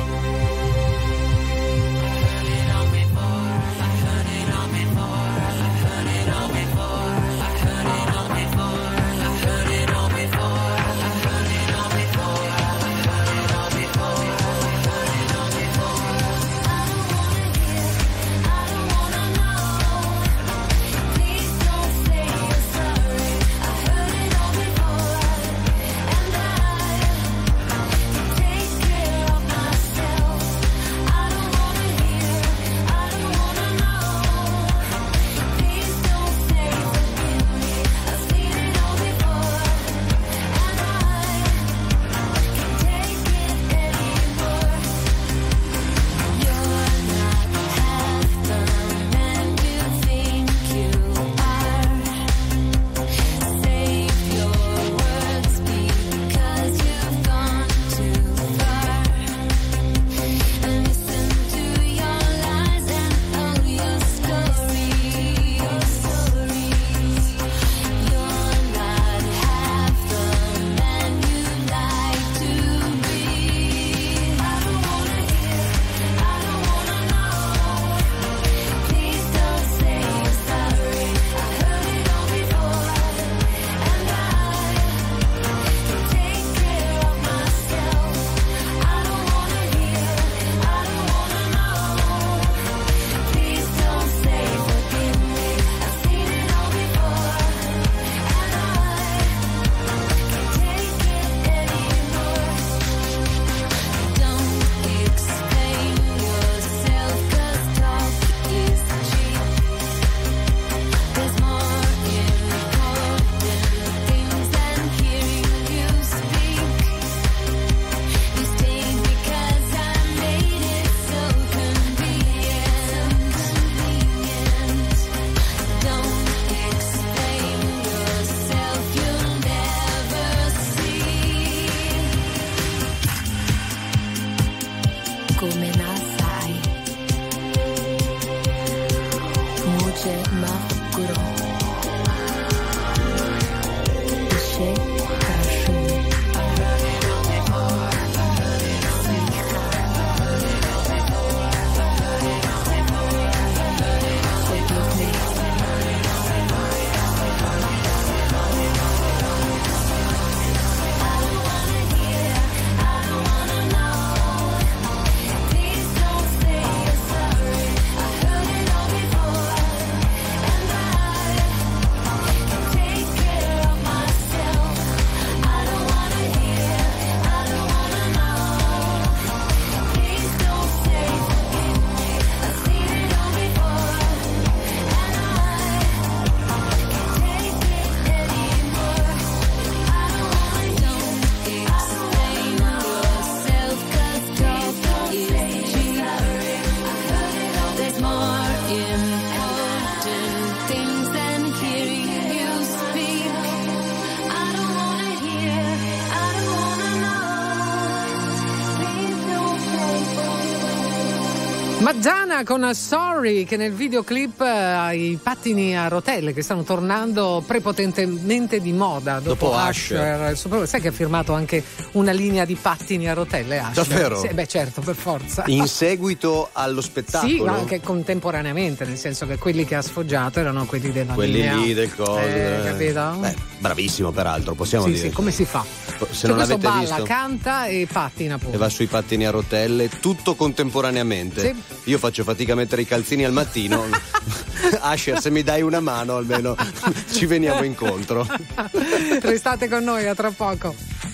Madonna con Sorry, che nel videoclip ha i pattini a rotelle che stanno tornando prepotentemente di moda dopo, dopo Usher. Usher. Sai che ha firmato anche una linea di pattini a rotelle Usher? Davvero? Sì, beh certo, per forza. In seguito allo spettacolo? Sì, ma anche contemporaneamente, nel senso che quelli che ha sfoggiato erano quelli della quelli linea. lì del coso. Eh, capito? Beh, bravissimo peraltro, possiamo sì, dire. Sì, come si fa? Se cioè, non questo avete balla, visto, canta e pattina pure. e va sui pattini a rotelle, tutto contemporaneamente. Sì. Io faccio fatica a mettere i calzini al mattino. Usher, se mi dai una mano almeno ci veniamo incontro. Restate con noi, a tra poco.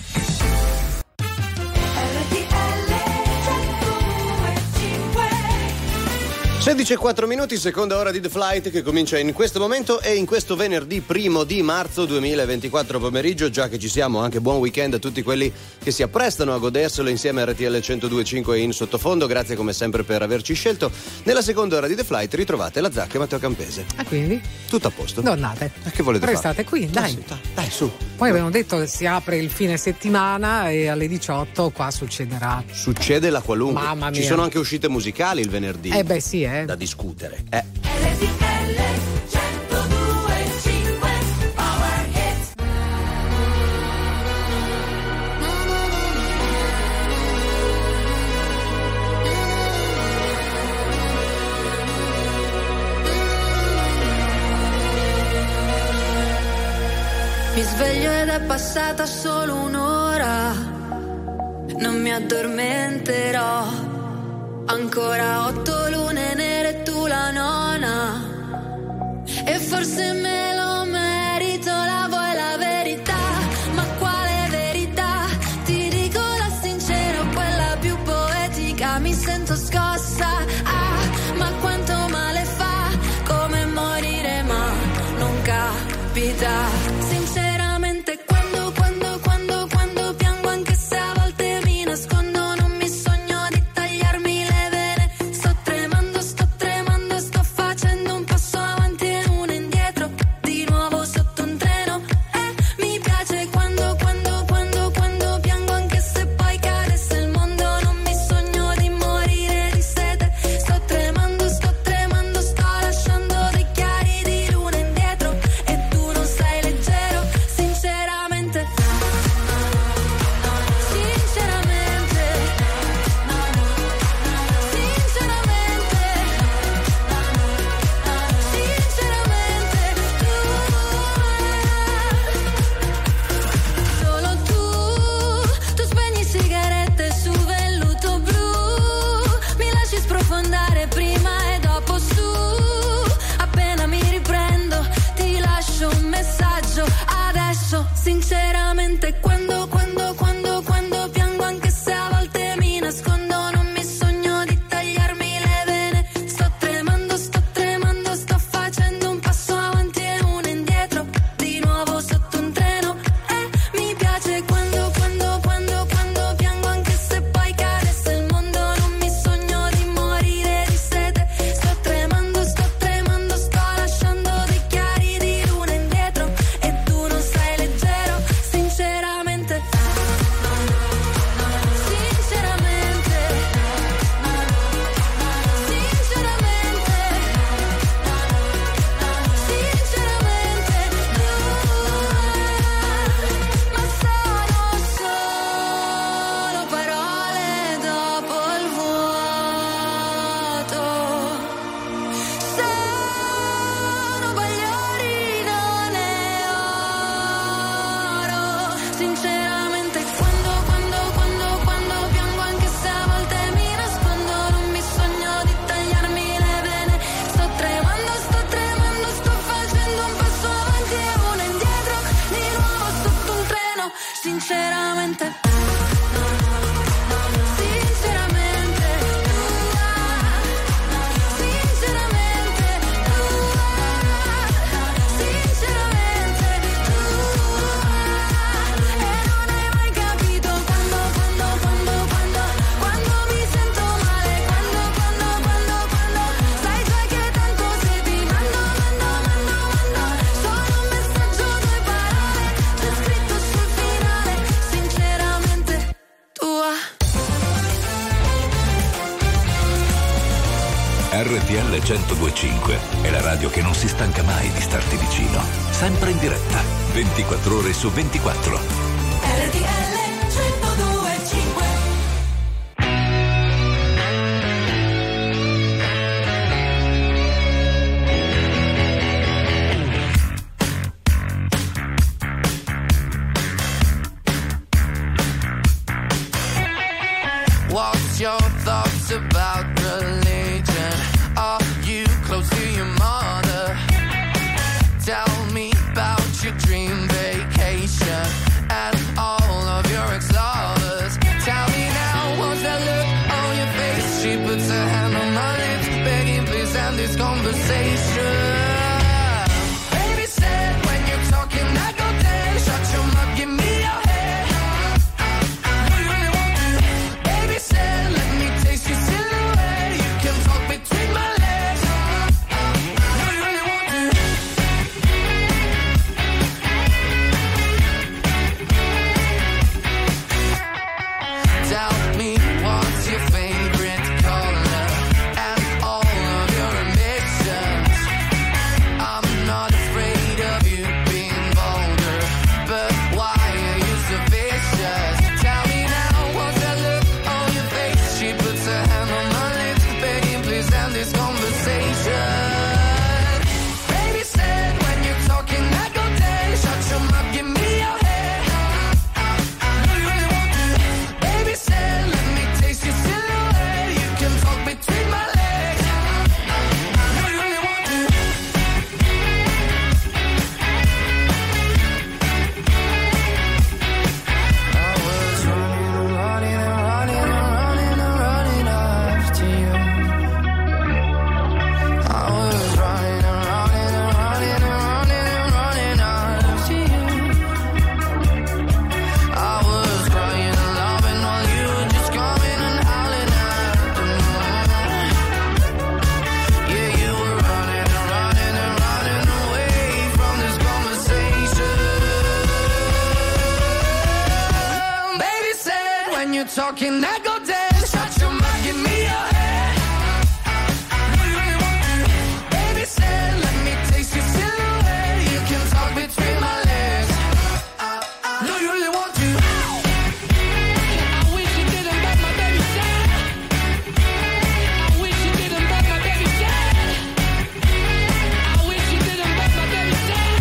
sedici e quattro minuti, seconda ora di The Flight che comincia in questo momento e in questo venerdì primo di marzo duemilaventiquattro pomeriggio, già che ci siamo, anche buon weekend a tutti quelli che si apprestano a goderselo insieme a R T L centodue e cinque in sottofondo. Grazie come sempre per averci scelto. Nella seconda ora di The Flight ritrovate la Zacca e Matteo Campese. Ah, quindi? Tutto a posto? Non andate. E che volete Restate fare? qui, dai. Eh sì, dai. Dai, su. Poi abbiamo detto che si apre il fine settimana e alle diciotto qua succederà. Succede la qualunque. Mamma mia. Ci sono anche uscite musicali il venerdì. Eh beh sì, eh. Da discutere. Eh. Mi sveglio ed è passata solo un'ora, non mi addormenterò. Ancora otto lune nere e tu la nona, e forse me lo merito, la vuoi la verità? Ma quale verità? Ti dico la sincera, quella più poetica, mi sento scossa. Ah, ma quanto male fa, come morire ma non capita. Sinceramente quando, quando, quando, quando piango, anche se a volte mi nascondo, non mi sogno di tagliarmi le vene. Sto tremando, sto tremando, sto facendo un passo avanti e uno indietro, di nuovo sotto un treno. E mi piace quando, quando, quando, quando piango, anche se poi cadesse il mondo, non mi sogno di morire di sete. Sto tremando, sto tremando, sto lasciando dei chiari di luna indietro, e tu non sei leggero. Sinceramente, sinceramente, sinceramente, sinceramente, tu, solo tu, tu spegni sigarette su velluto blu, mi lasci sprofondare prima e dopo su, appena mi riprendo ti lascio un messaggio adesso. Sinceramente quando, quando, quando, quando piango, anche se a volte mi nascondo, non mi sogno di tagliarmi le vene. Sto tremando, sto tremando, sto facendo un passo avanti e uno indietro, di nuovo sotto un treno. E mi piace quando, quando, quando, quando piango, anche se poi cadesse il mondo, non mi sogno di morire di sete. Sto tremando, sto tremando, sto lasciando dei chiari di luna indietro, e tu non sei leggero. Sinceramente, sinceramente, sinceramente, sinceramente, ma sono solo parole dopo il vuoto, sono bagliori non è oro. Sinceramente quando, quando, quando, quando piango, anche se a volte mi nascondo, non mi sogno di tagliarmi le vene. Sto tremando, sto tremando, sto facendo un passo avanti e uno indietro, di nuovo sotto un treno. Sinceramente, sinceramente, sinceramente, sinceramente, e non hai mai capito quando, quando, quando, quando, quando mi sento male, quando, quando, quando, quando, sai già che tanto se ti mando, mando, mando, mando, solo un messaggio, due parole, c'è scritto sul finale. Sinceramente L centodue e cinque è la radio che non si stanca mai di starti vicino. Sempre in diretta, ventiquattro ore su ventiquattro. R T L centodue e cinque. What's your thoughts about religion? Are you close to your mother? Tell me about your dream vacation and all of your ex-lovers. Tell me now, what's that look on your face? She puts her hand on my lips, begging please end this conversation. Baby said when you're talking I go dead. Shut your mouth, give me your head. Do you really want to? Baby said let me taste your silhouette. You can talk between my legs. Do you really want to? Tell me what's your favorite color and all of your ambitions. I'm not afraid of you being vulgar, but why are you so vicious? Tell me now, what's that look on your face? She puts her hand on my lips, begging please end this conversation. Baby said when you're talking I go dead. Shut your mouth, give me your head. Do you really want to? Baby said let me taste your silhouette. You can talk between my legs. Do you really want to? I was running and running and running and running and running after you. I was running and running and running and running and running after you. I was crying and loving while you were just coming and howling at the moon. Yeah, you were running and running and running away from this conversation. Baby said when you're talking I go dead. Shut your mouth, give me your head. Do you really want to? Baby said let me taste your silhouette. You can talk between my legs. Do you really want to? I wish you didn't, but my baby said. I wish you didn't, but my baby said. I wish you didn't, but my baby said.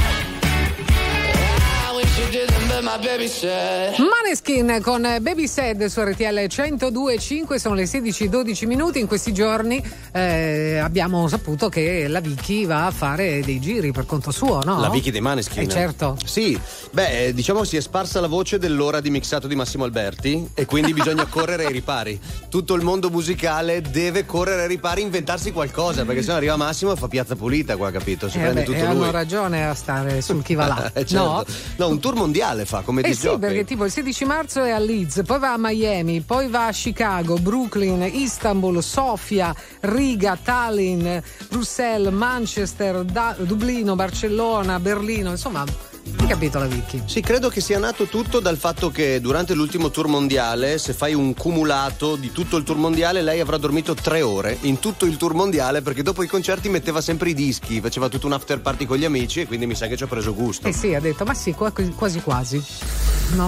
I wish you didn't, but my baby said. Maneskin con Baby Said su R T L centodue e cinque, sono le sedici e dodici minuti. In questi giorni eh, abbiamo saputo che la Vicky va a fare dei giri per conto suo, no? La Vicky dei Maneskin. Eh, certo. Sì, beh, eh, diciamo si è sparsa la voce dell'ora di mixato di Massimo Alberti e quindi bisogna correre ai ripari. Tutto il mondo musicale deve correre ai ripari, inventarsi qualcosa, perché sennò arriva Massimo e fa piazza pulita qua, capito? Si Eh, prende beh, tutto e lui. hanno ragione a stare sul chi va là. Eh, certo. No? No, un tour mondiale fa come Eh disc sì, jockey. perché tipo il sedici marzo è a Leeds, poi va a Miami, poi va a Chicago, Brooklyn, Istanbul, Sofia, Riga, Tallinn, Bruxelles, Manchester, Da- Dublino, Barcellona, Berlino, insomma, hai capito la Vicky? Sì, credo che sia nato tutto dal fatto che durante l'ultimo tour mondiale, se fai un cumulato di tutto il tour mondiale, lei avrà dormito tre ore in tutto il tour mondiale, perché dopo i concerti metteva sempre i dischi, faceva tutto un after party con gli amici e quindi mi sa che ci ha preso gusto. Eh sì, ha detto, ma sì, qua- quasi quasi. No?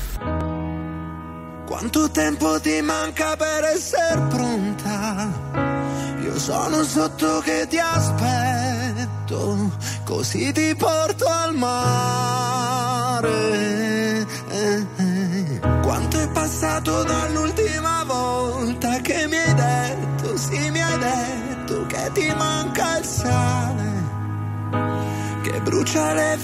Quanto tempo ti manca per essere pronta? Io sono sotto che ti aspetto, così ti porto al mare. Eh, eh. Quanto è passato dall'ultima volta che mi hai detto, sì mi hai detto che ti manca il sale, che brucia le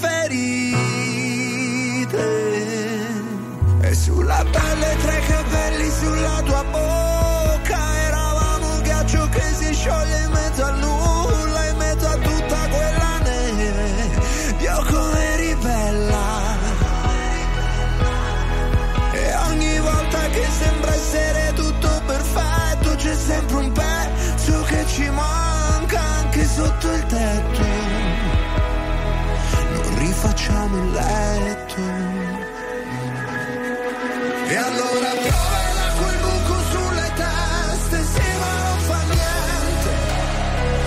ferite. E sulla pelle tre capelli sulla tua bocca, eravamo un ghiaccio che si scioglie in mezzo al nulla, in mezzo a tutta quella neve. Dio come ribella, e ogni volta che sembra essere tutto perfetto c'è sempre un pezzo che ci manca anche sotto il tetto. Non rifacciamo il letto. E allora piove l'acqua e il buco sulle teste, sì ma non fa niente.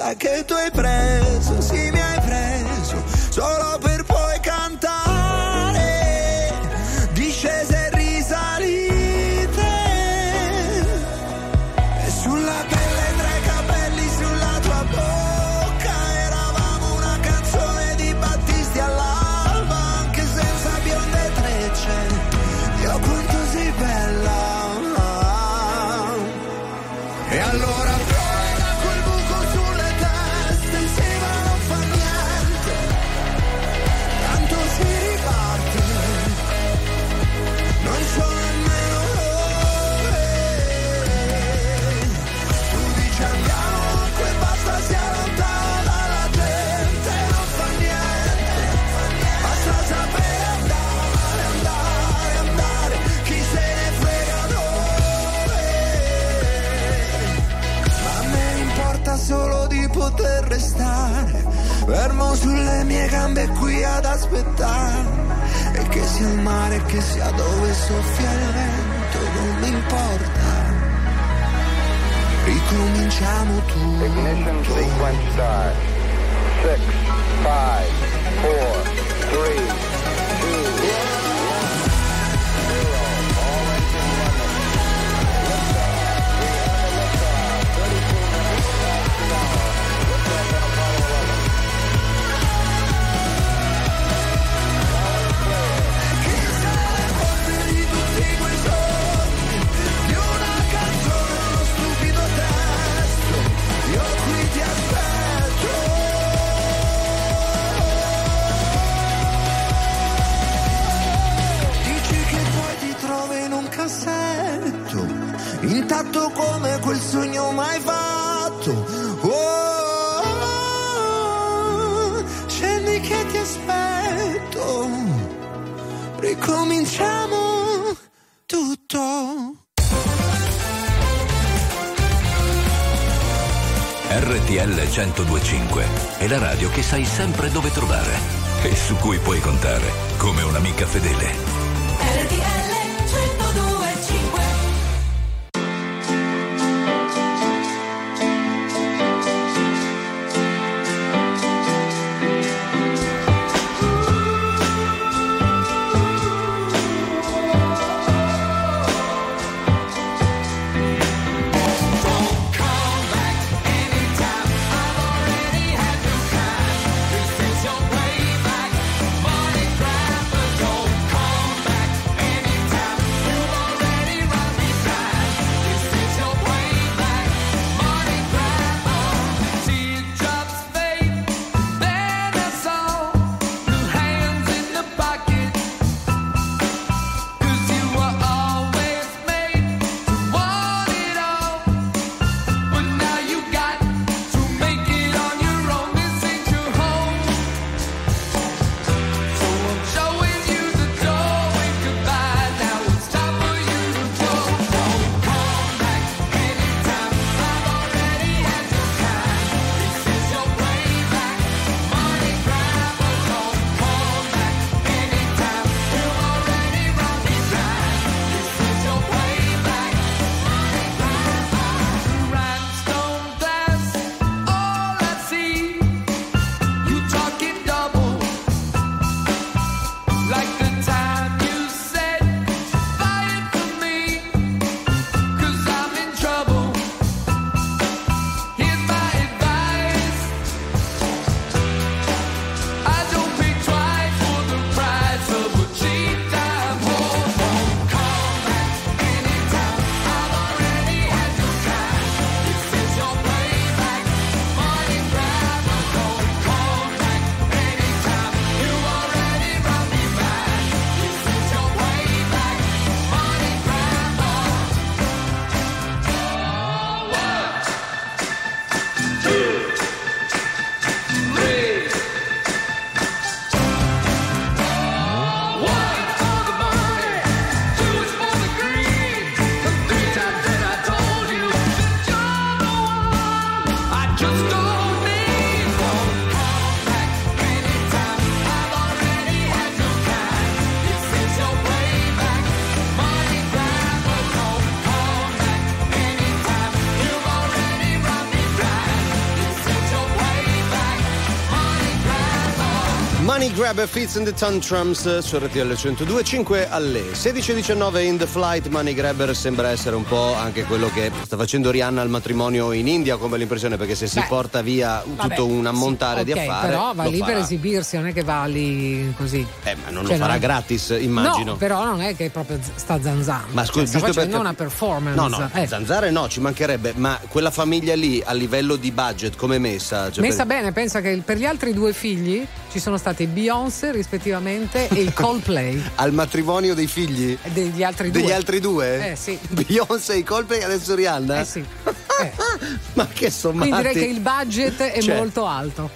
sai che tu hai preso, sì mi hai preso, solo per poi cantare discese e risalite, e sulla pelle tra i capelli, sulla tua bocca, eravamo una canzone di Battisti all'alba, anche senza bionde trecce, io quanto sei bella. E allora fuori da quel buco sulle teste, insieme non fa niente, tanto si riparte, non so nemmeno dove. Tu dici andiamo ovunque, basta sia lontano dalla gente, non fa niente, basta sapere andare, andare, andare, chi se ne frega dove. Ma a me importa solo di poter restare fermo sulle mie gambe qui ad aspettare, e che sia il mare, che sia dove soffia il vento, non mi importa. Ricominciamo tutto. Ignition sequence start. Six, five, four, three, two, intatto come quel sogno mai fatto. Oh, oh, oh, scendi che ti aspetto, ricominciamo tutto. R T L centodue e cinque è la radio che sai sempre dove trovare e su cui puoi contare come un'amica fedele. R T L centodue e cinque. Come Grabber, Fits and the Tantrums su R T L centodue e cinque alle sedici e diciannove. In the Flight. Money Grabber sembra essere un po' anche quello che sta facendo Rihanna al matrimonio in India, come l'impressione, perché se si Beh, porta via tutto vabbè, un ammontare sì, di okay, affari, però va lo lì farà. per esibirsi, non è che va lì così. Eh, ma non Cioè, lo farà no. gratis, immagino. No, però non è che proprio z- sta zanzando. Ma scusa, cioè, sta giusto facendo per una performance. No, no, eh. zanzare no, ci mancherebbe, ma quella famiglia lì a livello di budget come è messa? Cioè Messa per... bene, pensa che per gli altri due figli ci sono stati Beyoncé rispettivamente e il Coldplay. Al matrimonio dei figli? Degli altri due. Degli altri due? Eh sì. Beyoncé, i Coldplay e adesso Rihanna? Eh sì. Eh. Ma che sommati. Quindi direi che il budget è C'è. molto alto.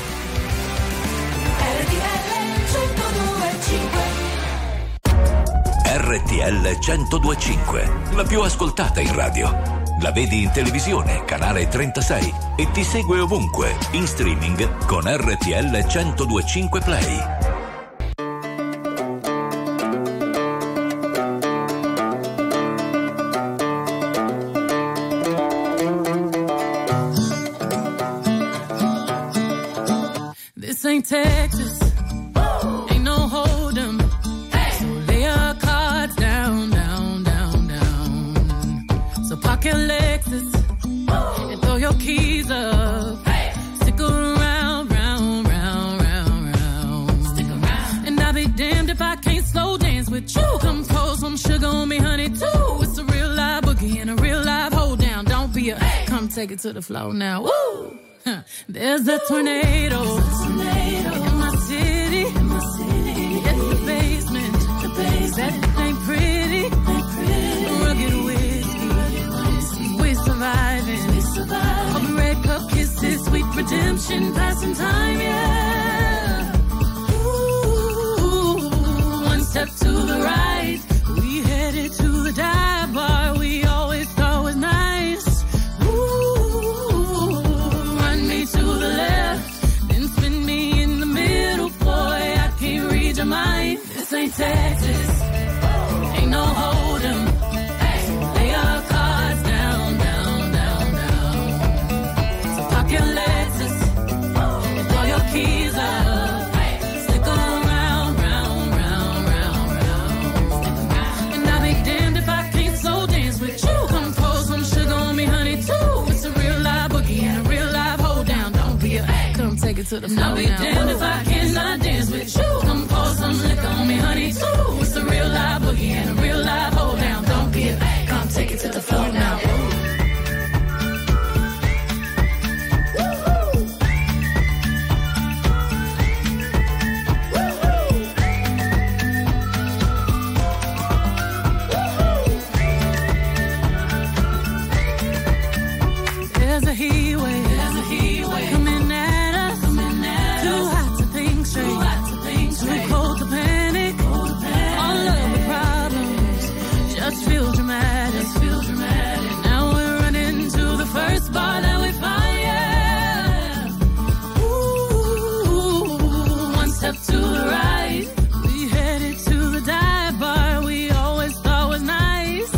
R T L centodue e cinque, la più ascoltata in radio. La vedi in televisione, canale trentasei, e ti segue ovunque, in streaming con R T L centodue e cinque Play. This ain't Texas, ain't no hold'em. So lay your cards down, down, down, down. So park your Lexus and throw your keys up. Stick around, round, round, round, round. Stick around. And I'll be damned if I can't slow dance with you. Come pour some sugar on me, honey, too. It's a real live boogie and a real live hold down. Don't be a, come take it to the floor now. Woo! Huh. There's a tornado, tornado in my city. In my city. It's the basement. The basement. That ain't pretty. Ain't pretty. Rugged whiskey. whiskey. We're surviving. We're surviving. All the red cup kisses, sweet redemption, passing time, yeah. Ooh, one step to the right. We headed to the dive bar we always thought was nice. To the left, then spin me in the middle, boy, I can't read your mind. This ain't Texas, ain't no hold'em. Lay your cards down, down, down, down. So park your Lexus and throw your keys up. Stick around, round, round, round, round. And I'll be damned if I can't slow dance with you. Come pour some sugar on me, honey, too. It's a real live boogie and a real live hold down. Don't be a, come take it to the floor. I'll be damned if I cannot dance with you. Come pour some liquor on me, honey, too. It's a real live boogie and a real live hold down. Don't be a, come take it to the floor now. There's a heat wave, there's a heat wave coming at us, coming at too us. Hot to think straight, too hot to think straight, too cold to panic, cold to panic. All of the problems just feel dramatic, just feel dramatic. Now we're running to the first bar that we find, yeah. Ooh, one step to the right, we headed to the dive bar we always thought was nice.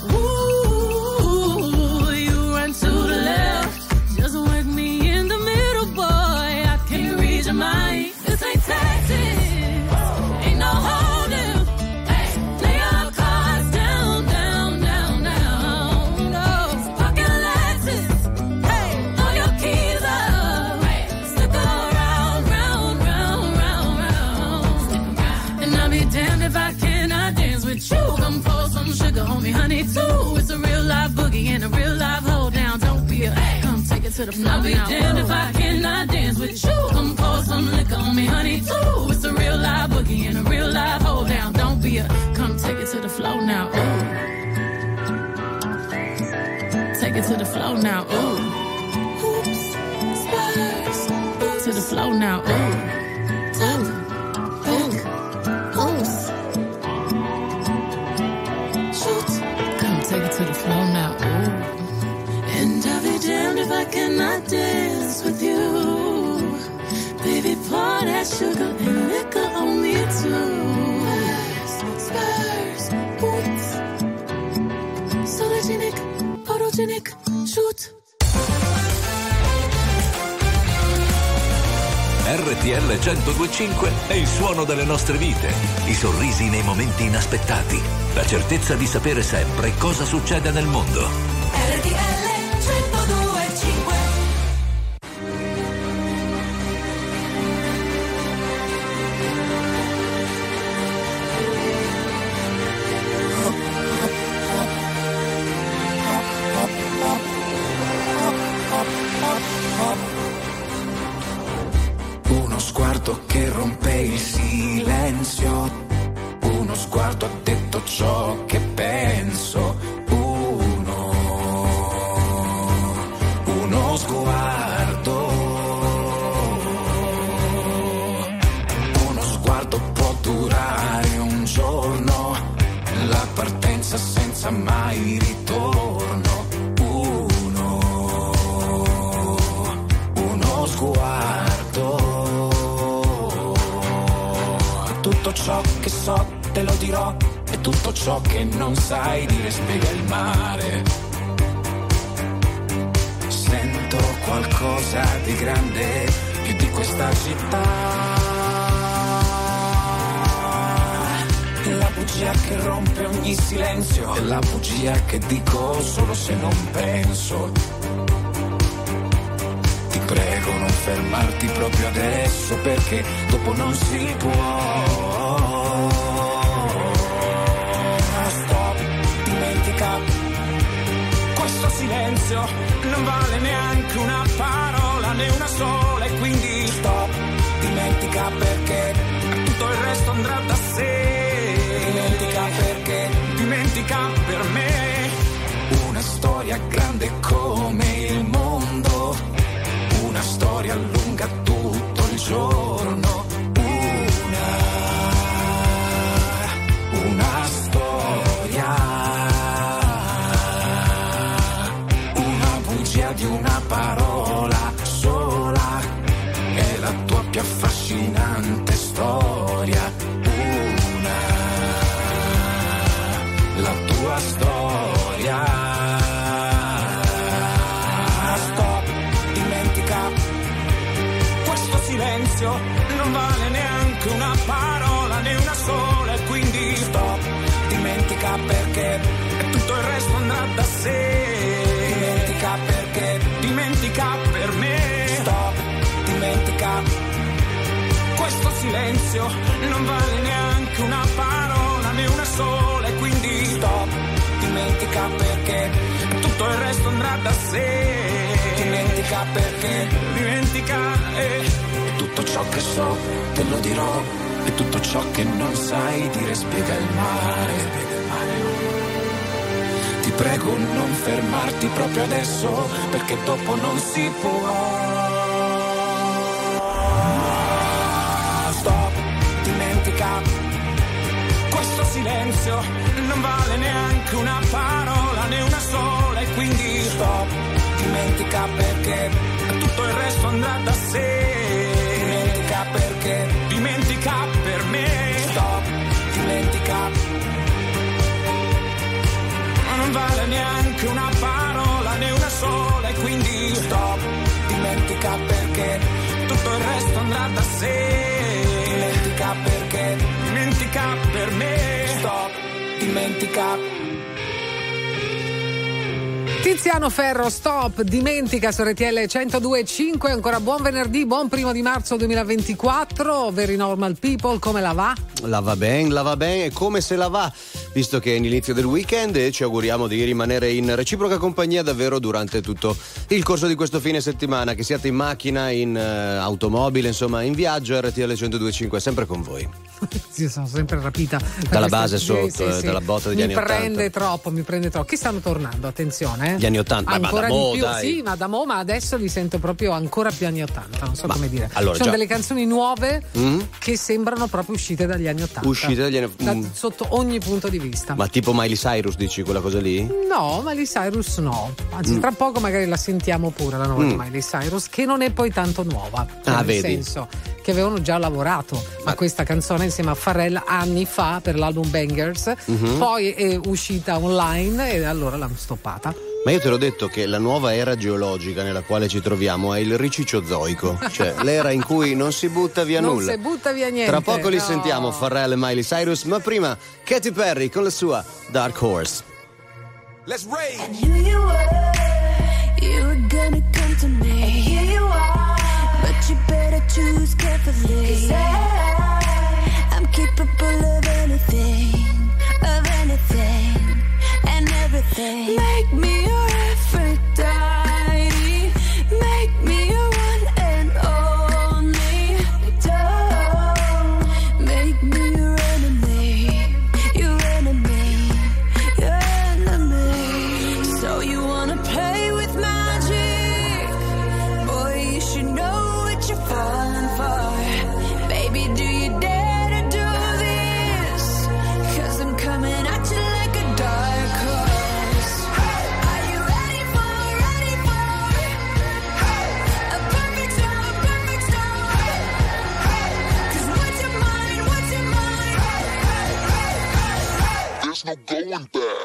Ooh, you run to the left, just work me in the middle, boy, I can't read your mind. This ain't Texas, ain't no hold'em. Lay your cards down, down, down, down. No, park your Lexus, hey, throw your keys up. Stick around, round, round, round, round. And I'll be damned if I cannot dance with you. Come pour some sugar on me, honey, too. It's a real live boogie and a real live hold down. Don't be a, come take it to the floor. I'll be damned if I cannot dance with you. Come pour some liquor on me, honey, too. It's a real live boogie and a real live hold down. Don't be a, come take it to the floor now. Ooh. Take it to the floor now. Ooh. Oops, spurs. To the floor now. Ooh. Ooh. Ooh. Oops. Shoot. Come take it to the floor now. Ooh. And I'll be damned if I cannot dance with you. Baby, pour that sugar and liquor on me too. Spurs, boots, sologenic, photogenic, shoot. R T L centodue e cinque è il suono delle nostre vite, i sorrisi nei momenti inaspettati, la certezza di sapere sempre cosa succede nel mondo. R T L centodue e cinque. Uno sguardo che rompe il silenzio, uno sguardo ha detto ciò che penso, uno, uno sguardo, uno sguardo può durare un giorno, la partenza senza mai ritorno, uno, uno sguardo. Tutto ciò che so te lo dirò, e tutto ciò che non sai dire spiega il mare. Sento qualcosa di grande, più di questa città. La bugia che rompe ogni silenzio, è la bugia che dico solo se non penso. Ti prego non fermarti proprio adesso, perché dopo non si può. Stop, dimentica. Questo silenzio non vale neanche una parola, né una sola, e quindi stop, dimentica, perché tutto il resto andrà da sé. Dimentica, perché dimentica per me. Una storia grande come il mondo, una storia lunga tutto il giorno, una, una storia, una bugia di una parola sola, è la tua più affascinante storia, una, la tua storia. Silenzio non vale neanche una parola, né una sola, e quindi stop, dimentica, perché tutto il resto andrà da sé. Dimentica, perché dimentica per me. Stop, dimentica. Questo silenzio non vale neanche una parola, né una sola, e quindi stop, dimentica, perché tutto il resto andrà da sé. Dimentica, perché dimentica, eh. Tutto ciò che so te lo dirò, e tutto ciò che non sai dire spiega il mare. Ti prego non fermarti proprio adesso, perché dopo non si può. Stop, dimentica. Questo silenzio non vale neanche una parola, né una sola, e quindi stop, dimentica, perché tutto il resto andrà da sé. Dimentica, perché dimentica per me. Stop, dimentica. Non vale neanche una parola, né una sola, e quindi stop, dimentica, perché tutto il resto andrà da sé. Dimentica, perché dimentica per me. Stop, dimentica. Tiziano Ferro, stop, dimentica su R T L centodue e cinque. Ancora buon venerdì, buon primo di marzo duemilaventiquattro. Very Normal People, come la va? La va bene, la va bene, e come se la va, visto che è l'inizio del weekend e ci auguriamo di rimanere in reciproca compagnia davvero durante tutto il corso di questo fine settimana, che siate in macchina, in uh, automobile, insomma in viaggio. R T L centodue e cinque è sempre con voi. Sì, sono sempre rapita dalla questa... base sotto, sì, eh, sì, dalla botta degli mi anni ottanta. Mi prende troppo, mi prende troppo. Chi stanno tornando? Attenzione, eh? Gli anni ottanta, ancora ma da di mo, più, dai. sì, ma da mo, ma adesso li sento proprio ancora più anni ottanta, non so ma, come dire. Allora, sono già. delle canzoni nuove mm? che sembrano proprio uscite dagli anni ottanta. Uscite dagli anni da, mm. sotto ogni punto di vista. Ma tipo Miley Cyrus, dici quella cosa lì? No, Miley Cyrus no. Anzi, mm. tra poco magari la sentiamo pure la nuova mm. di Miley Cyrus, che non è poi tanto nuova. Cioè, ah, nel vedi. senso che avevano già lavorato ma... a questa canzone insieme a Pharrell anni fa per l'album Bangers, mm-hmm. poi è uscita online e allora l'hanno stoppata. Ma io te l'ho detto che la nuova era geologica nella quale ci troviamo è il riciciozoico, cioè l'era in cui non si butta via non nulla. Non si butta via niente. Tra poco li no. sentiamo, Pharrell e Miley Cyrus, ma prima Katy Perry con la sua Dark Horse. Let's rage. I knew you were, you were gonna come to me. And here you are, but you better choose carefully. 'Cause I, I'm capable of anything, of anything, and everything. Make me your Aphrodite, make me your one and only. Don't make me your enemy, your enemy, your enemy. So you wanna play with magic? Boy, you should know what you're falling for. Baby, do you dare to do this? 'Cause I'm coming at you like a dark horse. Are you ready for, ready for a perfect storm, a perfect storm? 'Cause what's your mind, what's your mind? There's no going back.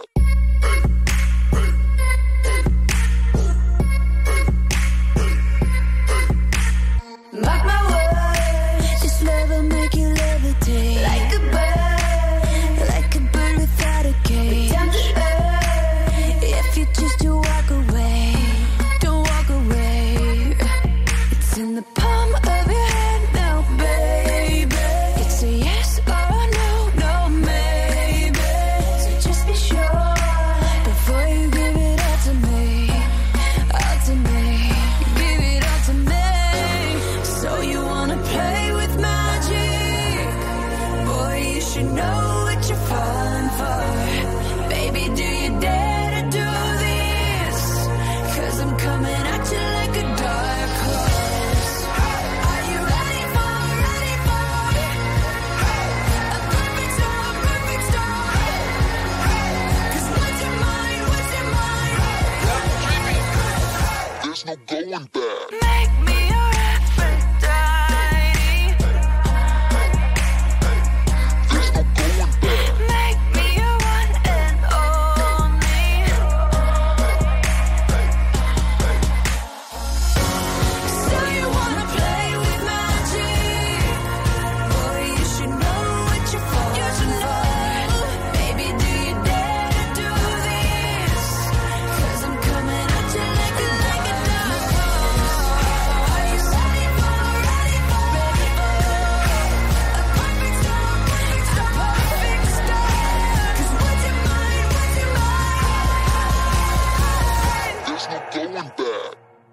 Mark my words, this love will make you levitate like a bird, like a bird without a cage. Down to earth, if you choose to walk away, don't walk away. It's in the palm of your hand now, baby. It's a yes or a no, no maybe. So just be sure before you give it all to me, all to me, give it all to me. So you wanna play with magic? Boy, you should know what you're falling for. Baby, do you dare to do this? 'Cause I'm coming at you like a dark horse. Are you ready for, ready for a perfect storm, perfect storm? 'Cause what's your mind, what's your mind? There's no going back. Make me your Aphrodite. There's no going back. Make me your one and only. So you wanna play with magic? Boy, you should know what you're falling for. Baby, do you dare to do this? 'Cause I'm coming at you like a, like a dark horse. Are you ready for, ready for, ready for a perfect storm, perfect storm, perfect storm? 'Cause what's your mind, what's your mind? There's no going back.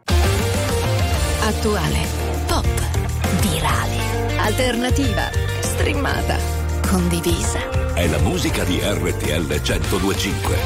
Attuale, pop, virale, alternativa, streamata, condivisa. È la musica di R T L centodue e cinque.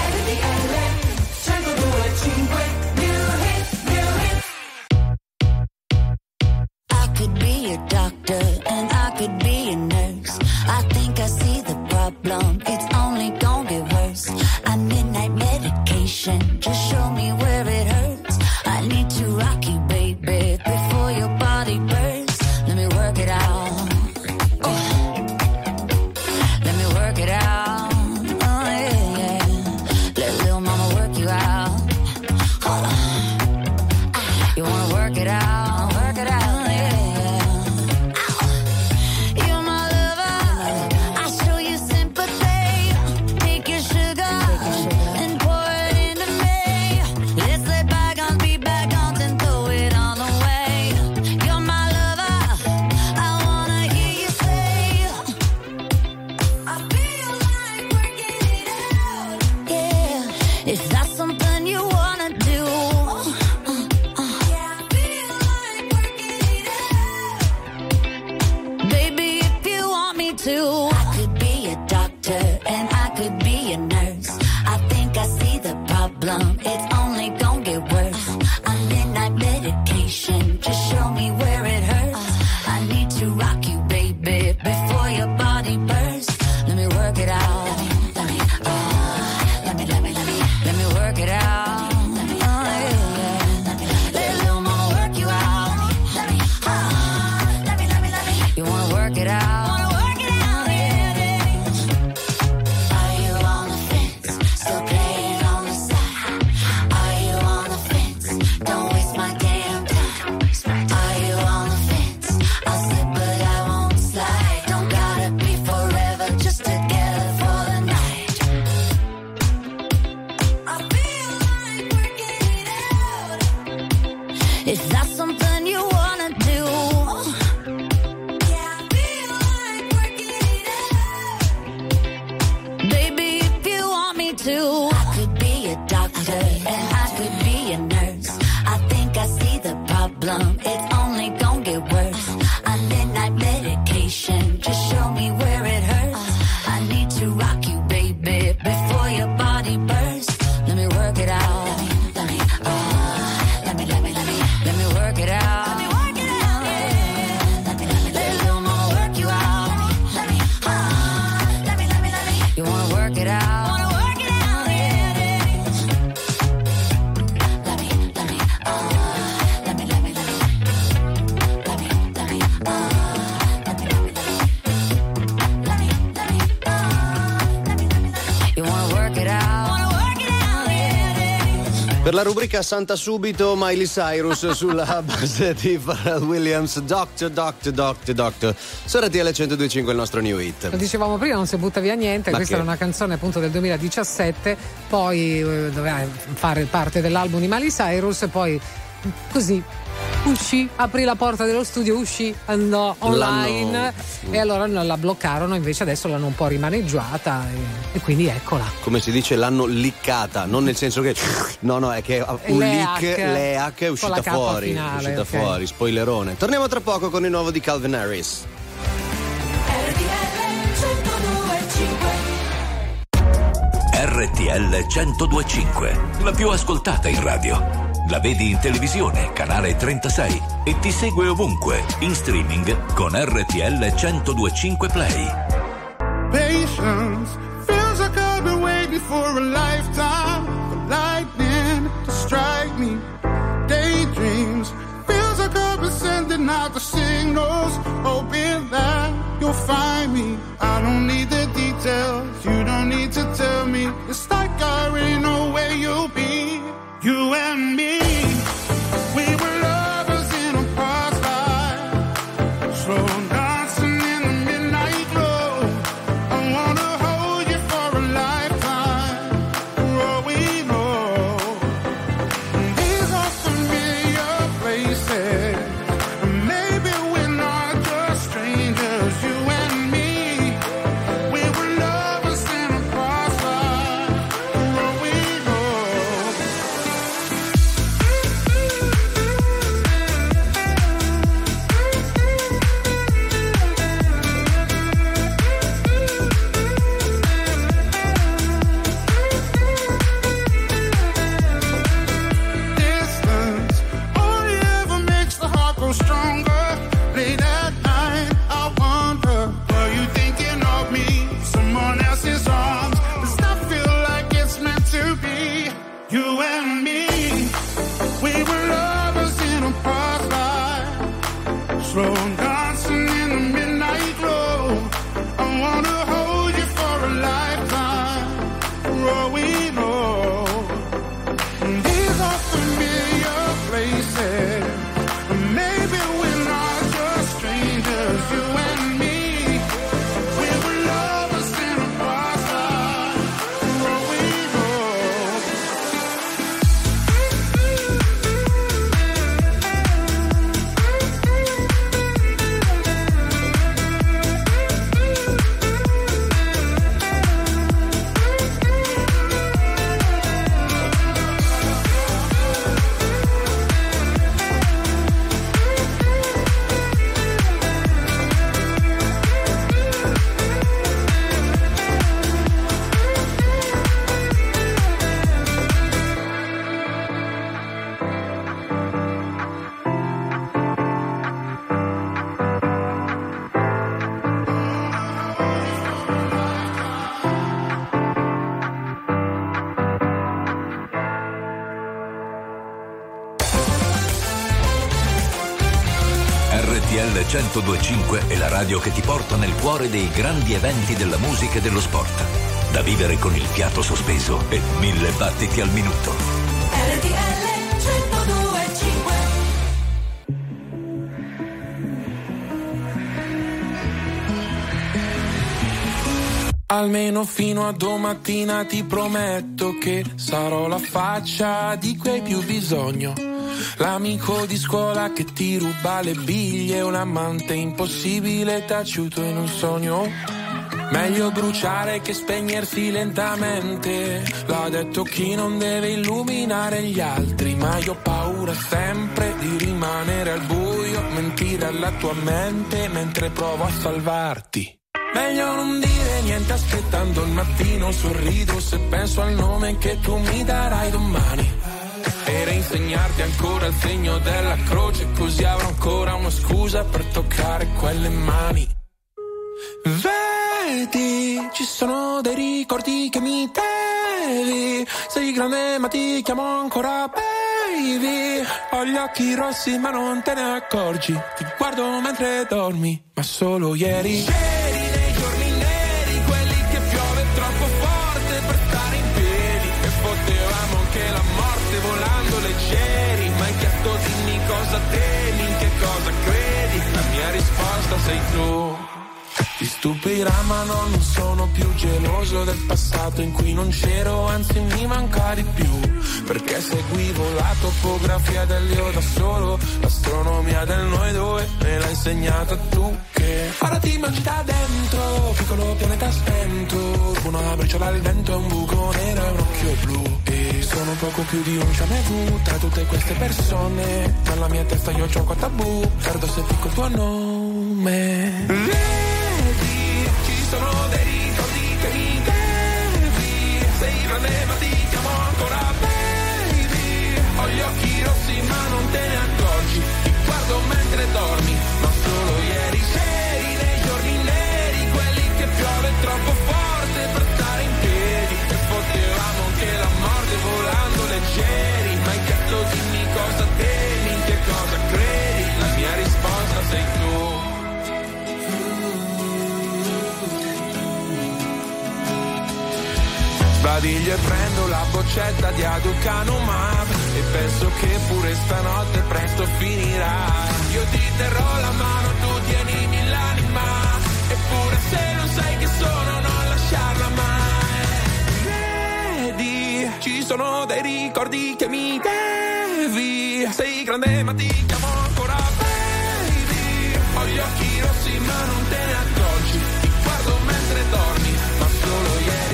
I could be a doctor and I could be a nurse. I think I see the problem, it's only gonna get worse. I midnight medication, just show me where it hurts. I need to rock you, baby, before your body bursts. Let me work it out. Oh. Let me work it out. Oh yeah, yeah. Let little mama work you out. Hold on. Ah, you wanna work it out? Work it out. Yeah, yeah. Ow. You're my lover. I show you sympathy. Take your sugar and pour it into me. Let's let bygones be bygones and throw it all away. You're my lover. I wanna hear you say, I feel like working it out. Yeah, is that something you wanna do? Uh, uh. Yeah, I feel like working it out. Baby, if you want me to, I could be a doctor and I could be a nurse. I think I see the problem, it's only gonna get worse. I'm midnight medication, just show me where it hurts. I need to rock you, baby, before your body bursts. Let me work it out. Let me, let me, uh, let me, let me, let me, let me work too. I could be a doctor and I could be a nurse. I think I see the problem, it's only gonna get worse. A midnight medication, just show me where it hurts. I need to rock you, baby, before your body bursts. Let me work it out. Let me, let me, uh, let me, let me, let me, let me work it out. Let me work it out. Yeah. Let me, let me, let little mama work you out. Let me, uh, let me, let me, let me. You wanna work it out? Wanna work it out? Yeah. Let me, let me, uh, let me, let me, let me, let me, let me, uh, let me, let me, let me, let me, let me, uh, let me, let me, let me. You wanna work it out? Per la rubrica Santa Subito, Miley Cyrus sulla base di Pharrell Williams, Doctor, Doctor, Doctor, Doctor. Su R T L centodue e cinque il nostro new hit. Lo dicevamo prima, non si butta via niente. Ma questa che? era una canzone appunto del duemiladiciassette, poi eh, doveva fare parte dell'album di Miley Cyrus, poi così uscì, aprì la porta dello studio, uscì, andò online. L'hanno- E allora non la bloccarono, invece adesso l'hanno un po' rimaneggiata e, e quindi eccola. Come si dice, l'hanno liccata, non nel senso che no, no, è che un L'E H, leak, l'E H è con la uscita K fuori, finale, è uscita ok. fuori, spoilerone. Torniamo tra poco con il nuovo di Calvin Harris. R T L centodue e cinque, la più ascoltata in radio. La vedi in televisione, canale trentasei, e ti segue ovunque, in streaming con R T L centodue e cinque Play. Patience feels like I've been waiting for a lifetime for lightning to strike me. Daydreams feels like I've been sending out the signals, hoping that you'll find me. I don't need the details, you don't need to tell me. It's like I already know where you'll be. You and me, we were lovers in a past life, slow dancing in the midnight glow. I wanna hold you for a lifetime, for all we know. These are familiar places, and maybe we're not just strangers. You and me, we were lovers in a past life, for all we know. Distance only ever makes the heart grow stronger. Late at night, I wonder, were you thinking of me? Someone else's arms. Does that feel like it's meant to be? You and me, we were lovers in a past life, slow dancing in the midnight glow. I wanna hold you for a lifetime, for all we know. These are familiar places, and maybe we're not just strangers. You and me, we were lovers in a past life, for all we know. R T L centodue e cinque è la radio che ti porta nel cuore dei grandi eventi della musica e dello sport. Da vivere con il fiato sospeso e mille battiti al minuto. R T L centodue e cinque. Almeno fino a domattina ti prometto che sarò la faccia di cui hai più bisogno. L'amico di scuola che ti ruba le biglie, un amante impossibile taciuto in un sogno. Meglio bruciare che spegnersi lentamente. L'ha detto chi non deve illuminare gli altri. Ma io ho paura sempre di rimanere al buio, mentire alla tua mente mentre provo a salvarti. Meglio non dire niente aspettando il mattino. Sorrido se penso al nome che tu mi darai domani. E reinsegnarti ancora il segno della croce, così avrò ancora una scusa per toccare quelle mani. Vedi, ci sono dei ricordi che mi devi. Sei grande ma ti chiamo ancora baby. Ho gli occhi rossi ma non te ne accorgi. Ti guardo mentre dormi, ma solo ieri. Ieri nei giorni neri, quelli che piove troppo forte per stare in piedi. E potevamo anche la morte volando leggeri. Ma hai chiesto dimmi cosa temi, in che cosa credi. La mia risposta sei tu. Ti stupirà ma no, non sono più geloso del passato in cui non c'ero, anzi mi manca di più. Perché seguivo la topografia dell'io da solo, l'astronomia del noi due me l'hai insegnata tu. Che ora ti mangi da dentro, piccolo pianeta spento, una briciola al vento e un buco nero e un occhio blu. E sono poco più di un jamais vu tra tutte queste persone. Nella mia testa io gioco a tabù, perdo se dico il tuo nome. Sono dei ricordi che mi devi. Sei grande ma ti chiamo ancora baby. Ho gli occhi rossi ma non te ne accorgi. Ti guardo mentre dormi, ma solo ieri. C'eri nei giorni neri, quelli che piove troppo forte per stare in piedi. E potevamo anche la morte volando leggeri. Ma hai chiesto dimmi cosa temi, in che cosa credi. La mia risposta sei tu. Sbadiglio e prendo la boccetta di Aducanumab e penso che pure stanotte presto finirà. Io ti terrò la mano, tu tienimi l'anima, eppure se non sai che sono non lasciarla mai. Vedi, ci sono dei ricordi che mi devi. Sei grande ma ti chiamo ancora baby. Ho gli occhi rossi ma non te ne accorgi. Ti guardo mentre dormi, ma solo ieri.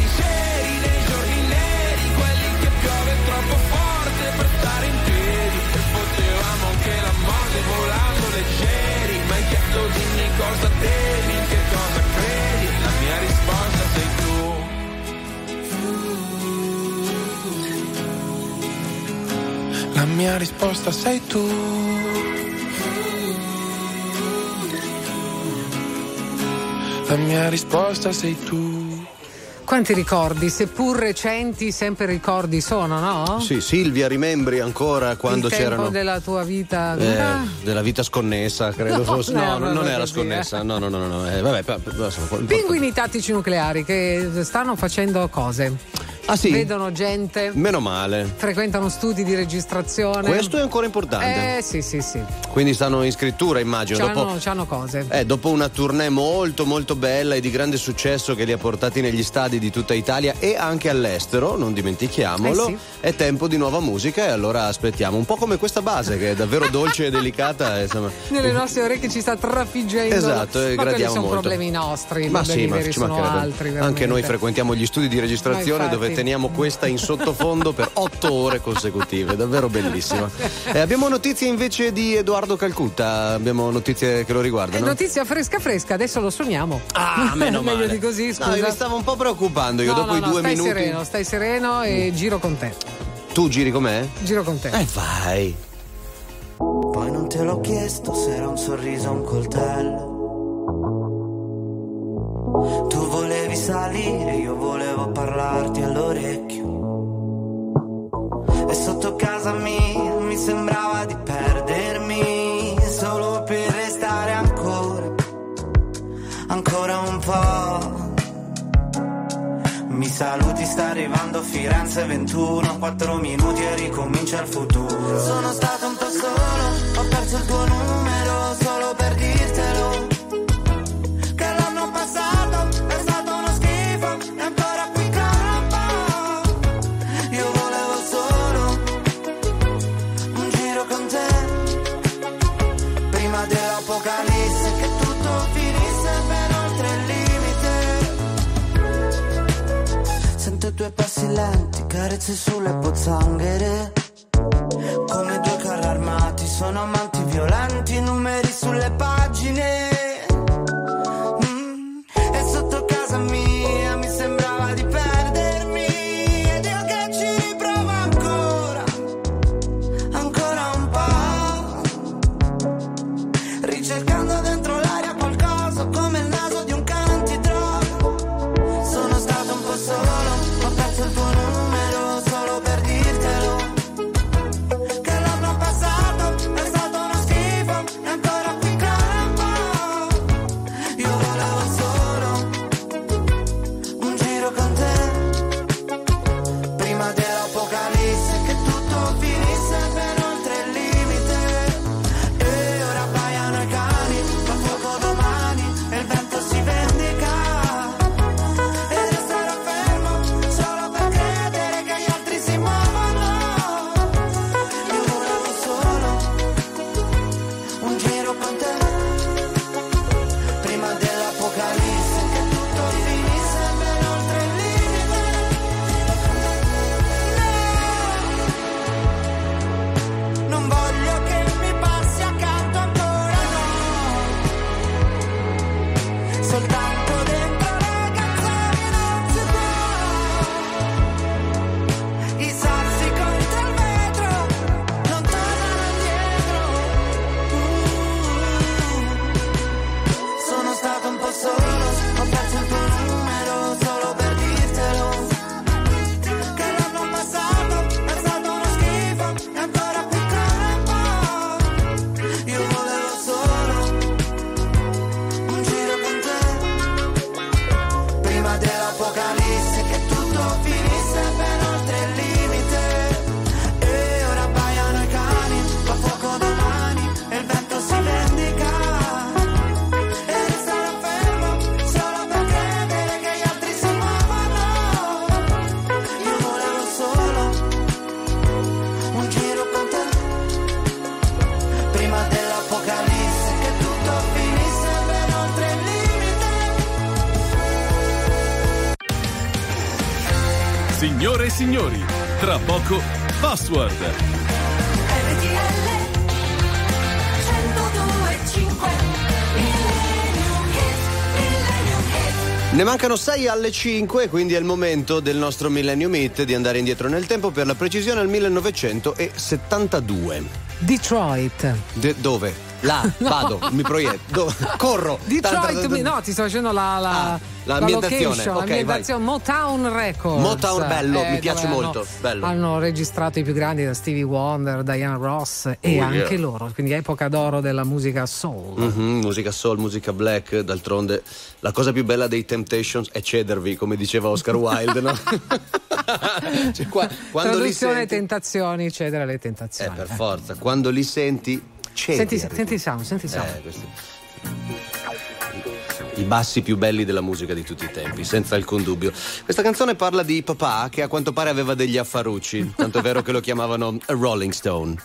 Troppo forte per stare in piedi. E potevamo anche la morte volando leggeri. Ma hai chiesto dimmi cosa temi, in che cosa credi. La mia risposta sei tu. La mia risposta sei tu. La mia risposta sei tu. Quanti ricordi, seppur recenti, sempre ricordi sono, no? Sì, Silvia, rimembri ancora quando il c'erano. Il tempo della tua vita. Eh, della vita sconnessa, credo no, fosse. No, no, non, non era così, sconnessa. Eh. No, no, no, no. Eh, vabbè, però, insomma, Pinguini tattici nucleari che stanno facendo cose. Ah sì? Vedono gente. Meno male. Frequentano studi di registrazione. Questo è ancora importante. Eh sì, sì, sì. Quindi stanno in scrittura, immagino. C'hanno, dopo, c'hanno cose. Eh, dopo una tournée molto molto bella e di grande successo che li ha portati negli stadi di tutta Italia e anche all'estero, non dimentichiamolo, eh sì. È tempo di nuova musica e allora aspettiamo. Un po' come questa base che è davvero dolce e delicata. Insomma. Nelle nostre orecchie ci sta trafiggendo. Esatto, e ma quelli sono molto. problemi nostri, ma problemi sì, ma veri ci sono mancherebbe. altri. Veramente. Anche noi frequentiamo gli studi di registrazione dove teniamo questa in sottofondo per otto ore consecutive, davvero bellissima. Eh, abbiamo notizie invece di Edoardo Calcutta, abbiamo notizie che lo riguardano. È notizia fresca fresca, adesso lo suoniamo. Ah, meno male. Meglio di così, scusa. No, io mi stavo un po' preoccupando, io no, dopo no, i no, due stai minuti. Stai sereno, stai sereno e mm. giro con te. Tu giri con me? Giro con te. Eh, vai. Poi non te l'ho chiesto se era un sorriso o un coltello. Tu volevi salire, io volevo parlarti all'orecchio. E sotto casa mia mi sembrava di perdermi, solo per restare ancora, ancora un po'. Mi saluti, sta arrivando Firenze ventuno, quattro minuti e ricomincia il futuro. Sono stato un po' solo, ho perso il tuo numero solo per dirtelo. Che l'anno passato è stato uno schifo e ancora qui campo. Io volevo solo un giro con te, prima dell'apocalisse, che tutto finisse ben oltre il limite. carezze sulle pozzanghere, come due carri armati, sono amanti violenti, numeri sulle pagine. Mm, e sotto casa mia mi sembrava di perdermi, ed io che ci riprovo ancora, ancora un po', ricercando dentro l'aria qualcosa come il naso di un cane antidroga. Sono stato un po' solo, ho perso il tuo numero solo per dirtelo, che l'anno passato è stato uno schifo e ancora qui campo. Io volevo solo un giro con te, prima dell'apocalisse, che tutto finisse ben oltre il limite. E ora baiano i cani, fa fuoco domani e il vento si vendica. E resterò fermo solo per credere che gli altri si muovono. Io volevo solo un giro con te, prima dell'apocalisse, che tutto finisse ben oltre il limite. No, non voglio che mi passi accanto ancora, no, soltanto dentro le canzoni non si può. I sassi contro il vetro non tornano indietro. Uh, sono stato un po' solo, ho perso il tuo numero solo per dirtelo, che l'anno passato è stato uno schifo e ancora qui campo. Io volevo solo un giro con te, prima dell'apocalisse, che tutto finisse ben oltre il limite. E ora baiano i cani, fa fuoco domani e il vento si vendica. E resterò fermo solo per credere che gli altri si muovono. Io volevo solo un giro con te, prima dell'apocalisse, che tutto finisse ben oltre il limite. Signore e signori, tra poco Password. Ne mancano sei alle cinque, quindi è il momento del nostro Millennium Hit di andare indietro nel tempo, per la precisione al millenovecentosettantadue. Detroit. De- dove? Là, No. vado, mi proietto, do- corro. Detroit, mi- no, ti sto facendo la, la, Ah, l'ambientazione, location, ok, l'ambientazione, Motown Records. Motown, bello, Eh, mi piace dove molto, hanno, bello. hanno registrato i più grandi, da Stevie Wonder, Diana Ross e Oh, anche yeah. loro, quindi epoca d'oro della musica soul. Mhm, musica soul, musica black, d'altronde la cosa più bella dei Temptations è cedervi, come diceva Oscar Wilde, no? Cioè, qua- quando li Traduzione senti, tentazioni, cedere alle eh, tentazioni. per forza, quando li senti, Senti, cedervi. senti il sound, senti il sound. Eh, questi- I bassi più belli della musica di tutti i tempi, senza alcun dubbio. Questa canzone parla di papà che a quanto pare aveva degli affarucci, tanto è vero che lo chiamavano a Rolling Stone.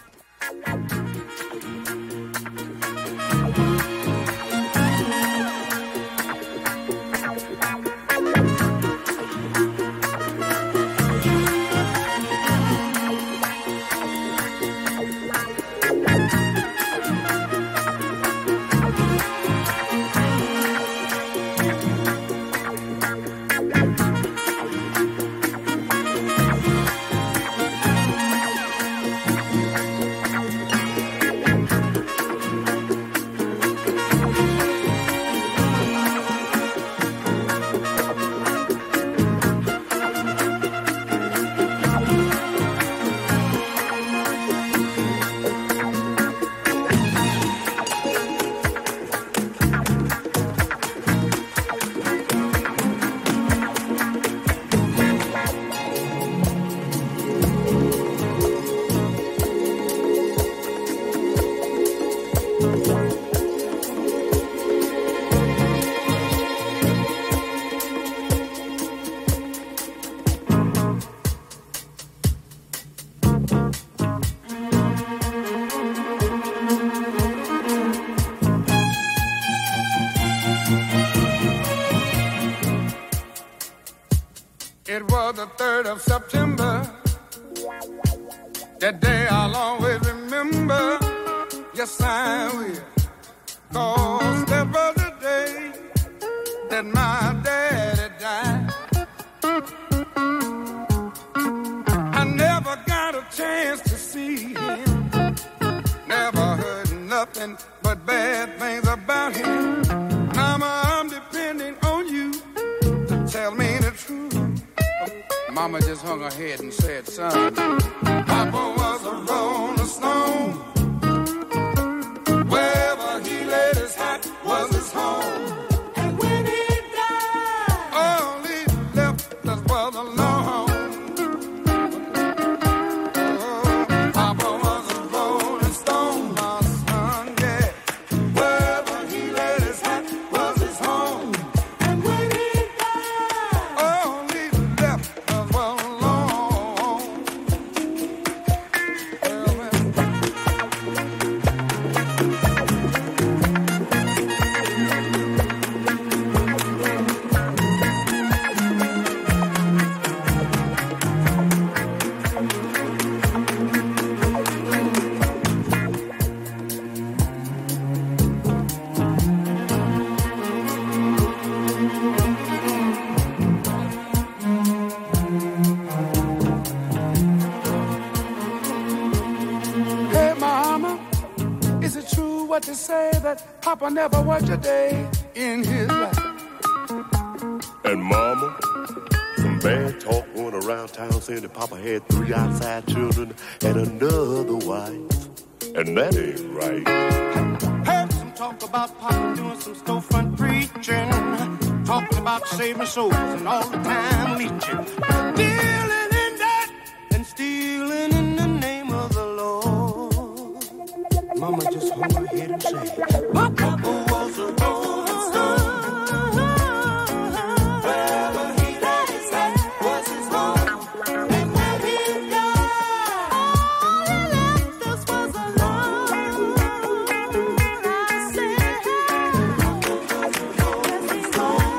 It was the third of September. remember. That day I'll always remember. Yes, I will. 'Cause that was the day that my daddy died. I never got a chance to see him. Never heard nothing but bad things about him. Mama, I'm depending on you to tell me the truth. Mama just hung her head and said, son, Papa was a rolling stone. Wherever he laid his hat was his home. And when he died, all he left us was alone. Oh, Papa was a rolling stone, my son, yeah. Wherever he laid his hat was his home. And when he died, all he left us was alone. Hey, Mama, is it true what they say that Papa never worked a day in his life? And Mama, some bad talk going around town saying that Papa had three outside children and another wife. And that ain't right. Heard some talk about Papa doing some storefront preaching, talking about saving souls and all the time leeching, dealing in that and stealing in the name of the Lord. Mama just hung her head and said, Papa was a rolling stone. Wherever he laid his hat was his home. And when he died, all he left us was alone. I said, Papa was a rolling stone.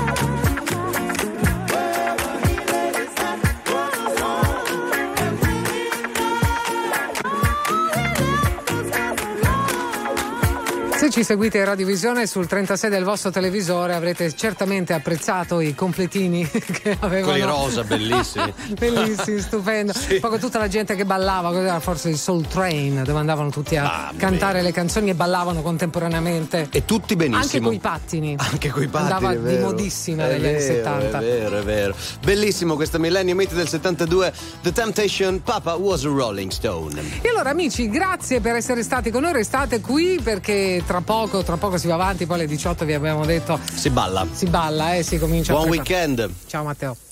Wherever he laid his hat was his home. And when he died, all he left us was alone. Se ci seguite in radiovisione sul trentasei del vostro televisore avrete certamente apprezzato i completini che avevano. Quelli rosa, bellissimi. Bellissimi, stupendo. Sì. Poi con tutta la gente che ballava, cos'era forse il Soul Train, dove andavano tutti a Mamma cantare mia. le canzoni e ballavano contemporaneamente. E tutti benissimo. Anche coi pattini. Anche coi pattini. Andava è di vero. modissima È negli anni vero, settanta. È vero, è vero. Bellissimo questa Millennium Hit del settantadue. The Temptation, Papa was a Rolling Stone. E allora amici, grazie per essere stati con noi, restate qui perché tra poco, tra poco si va avanti, poi alle diciotto vi abbiamo detto si balla. Si balla, eh, si comincia Buon a weekend. Ciao Matteo.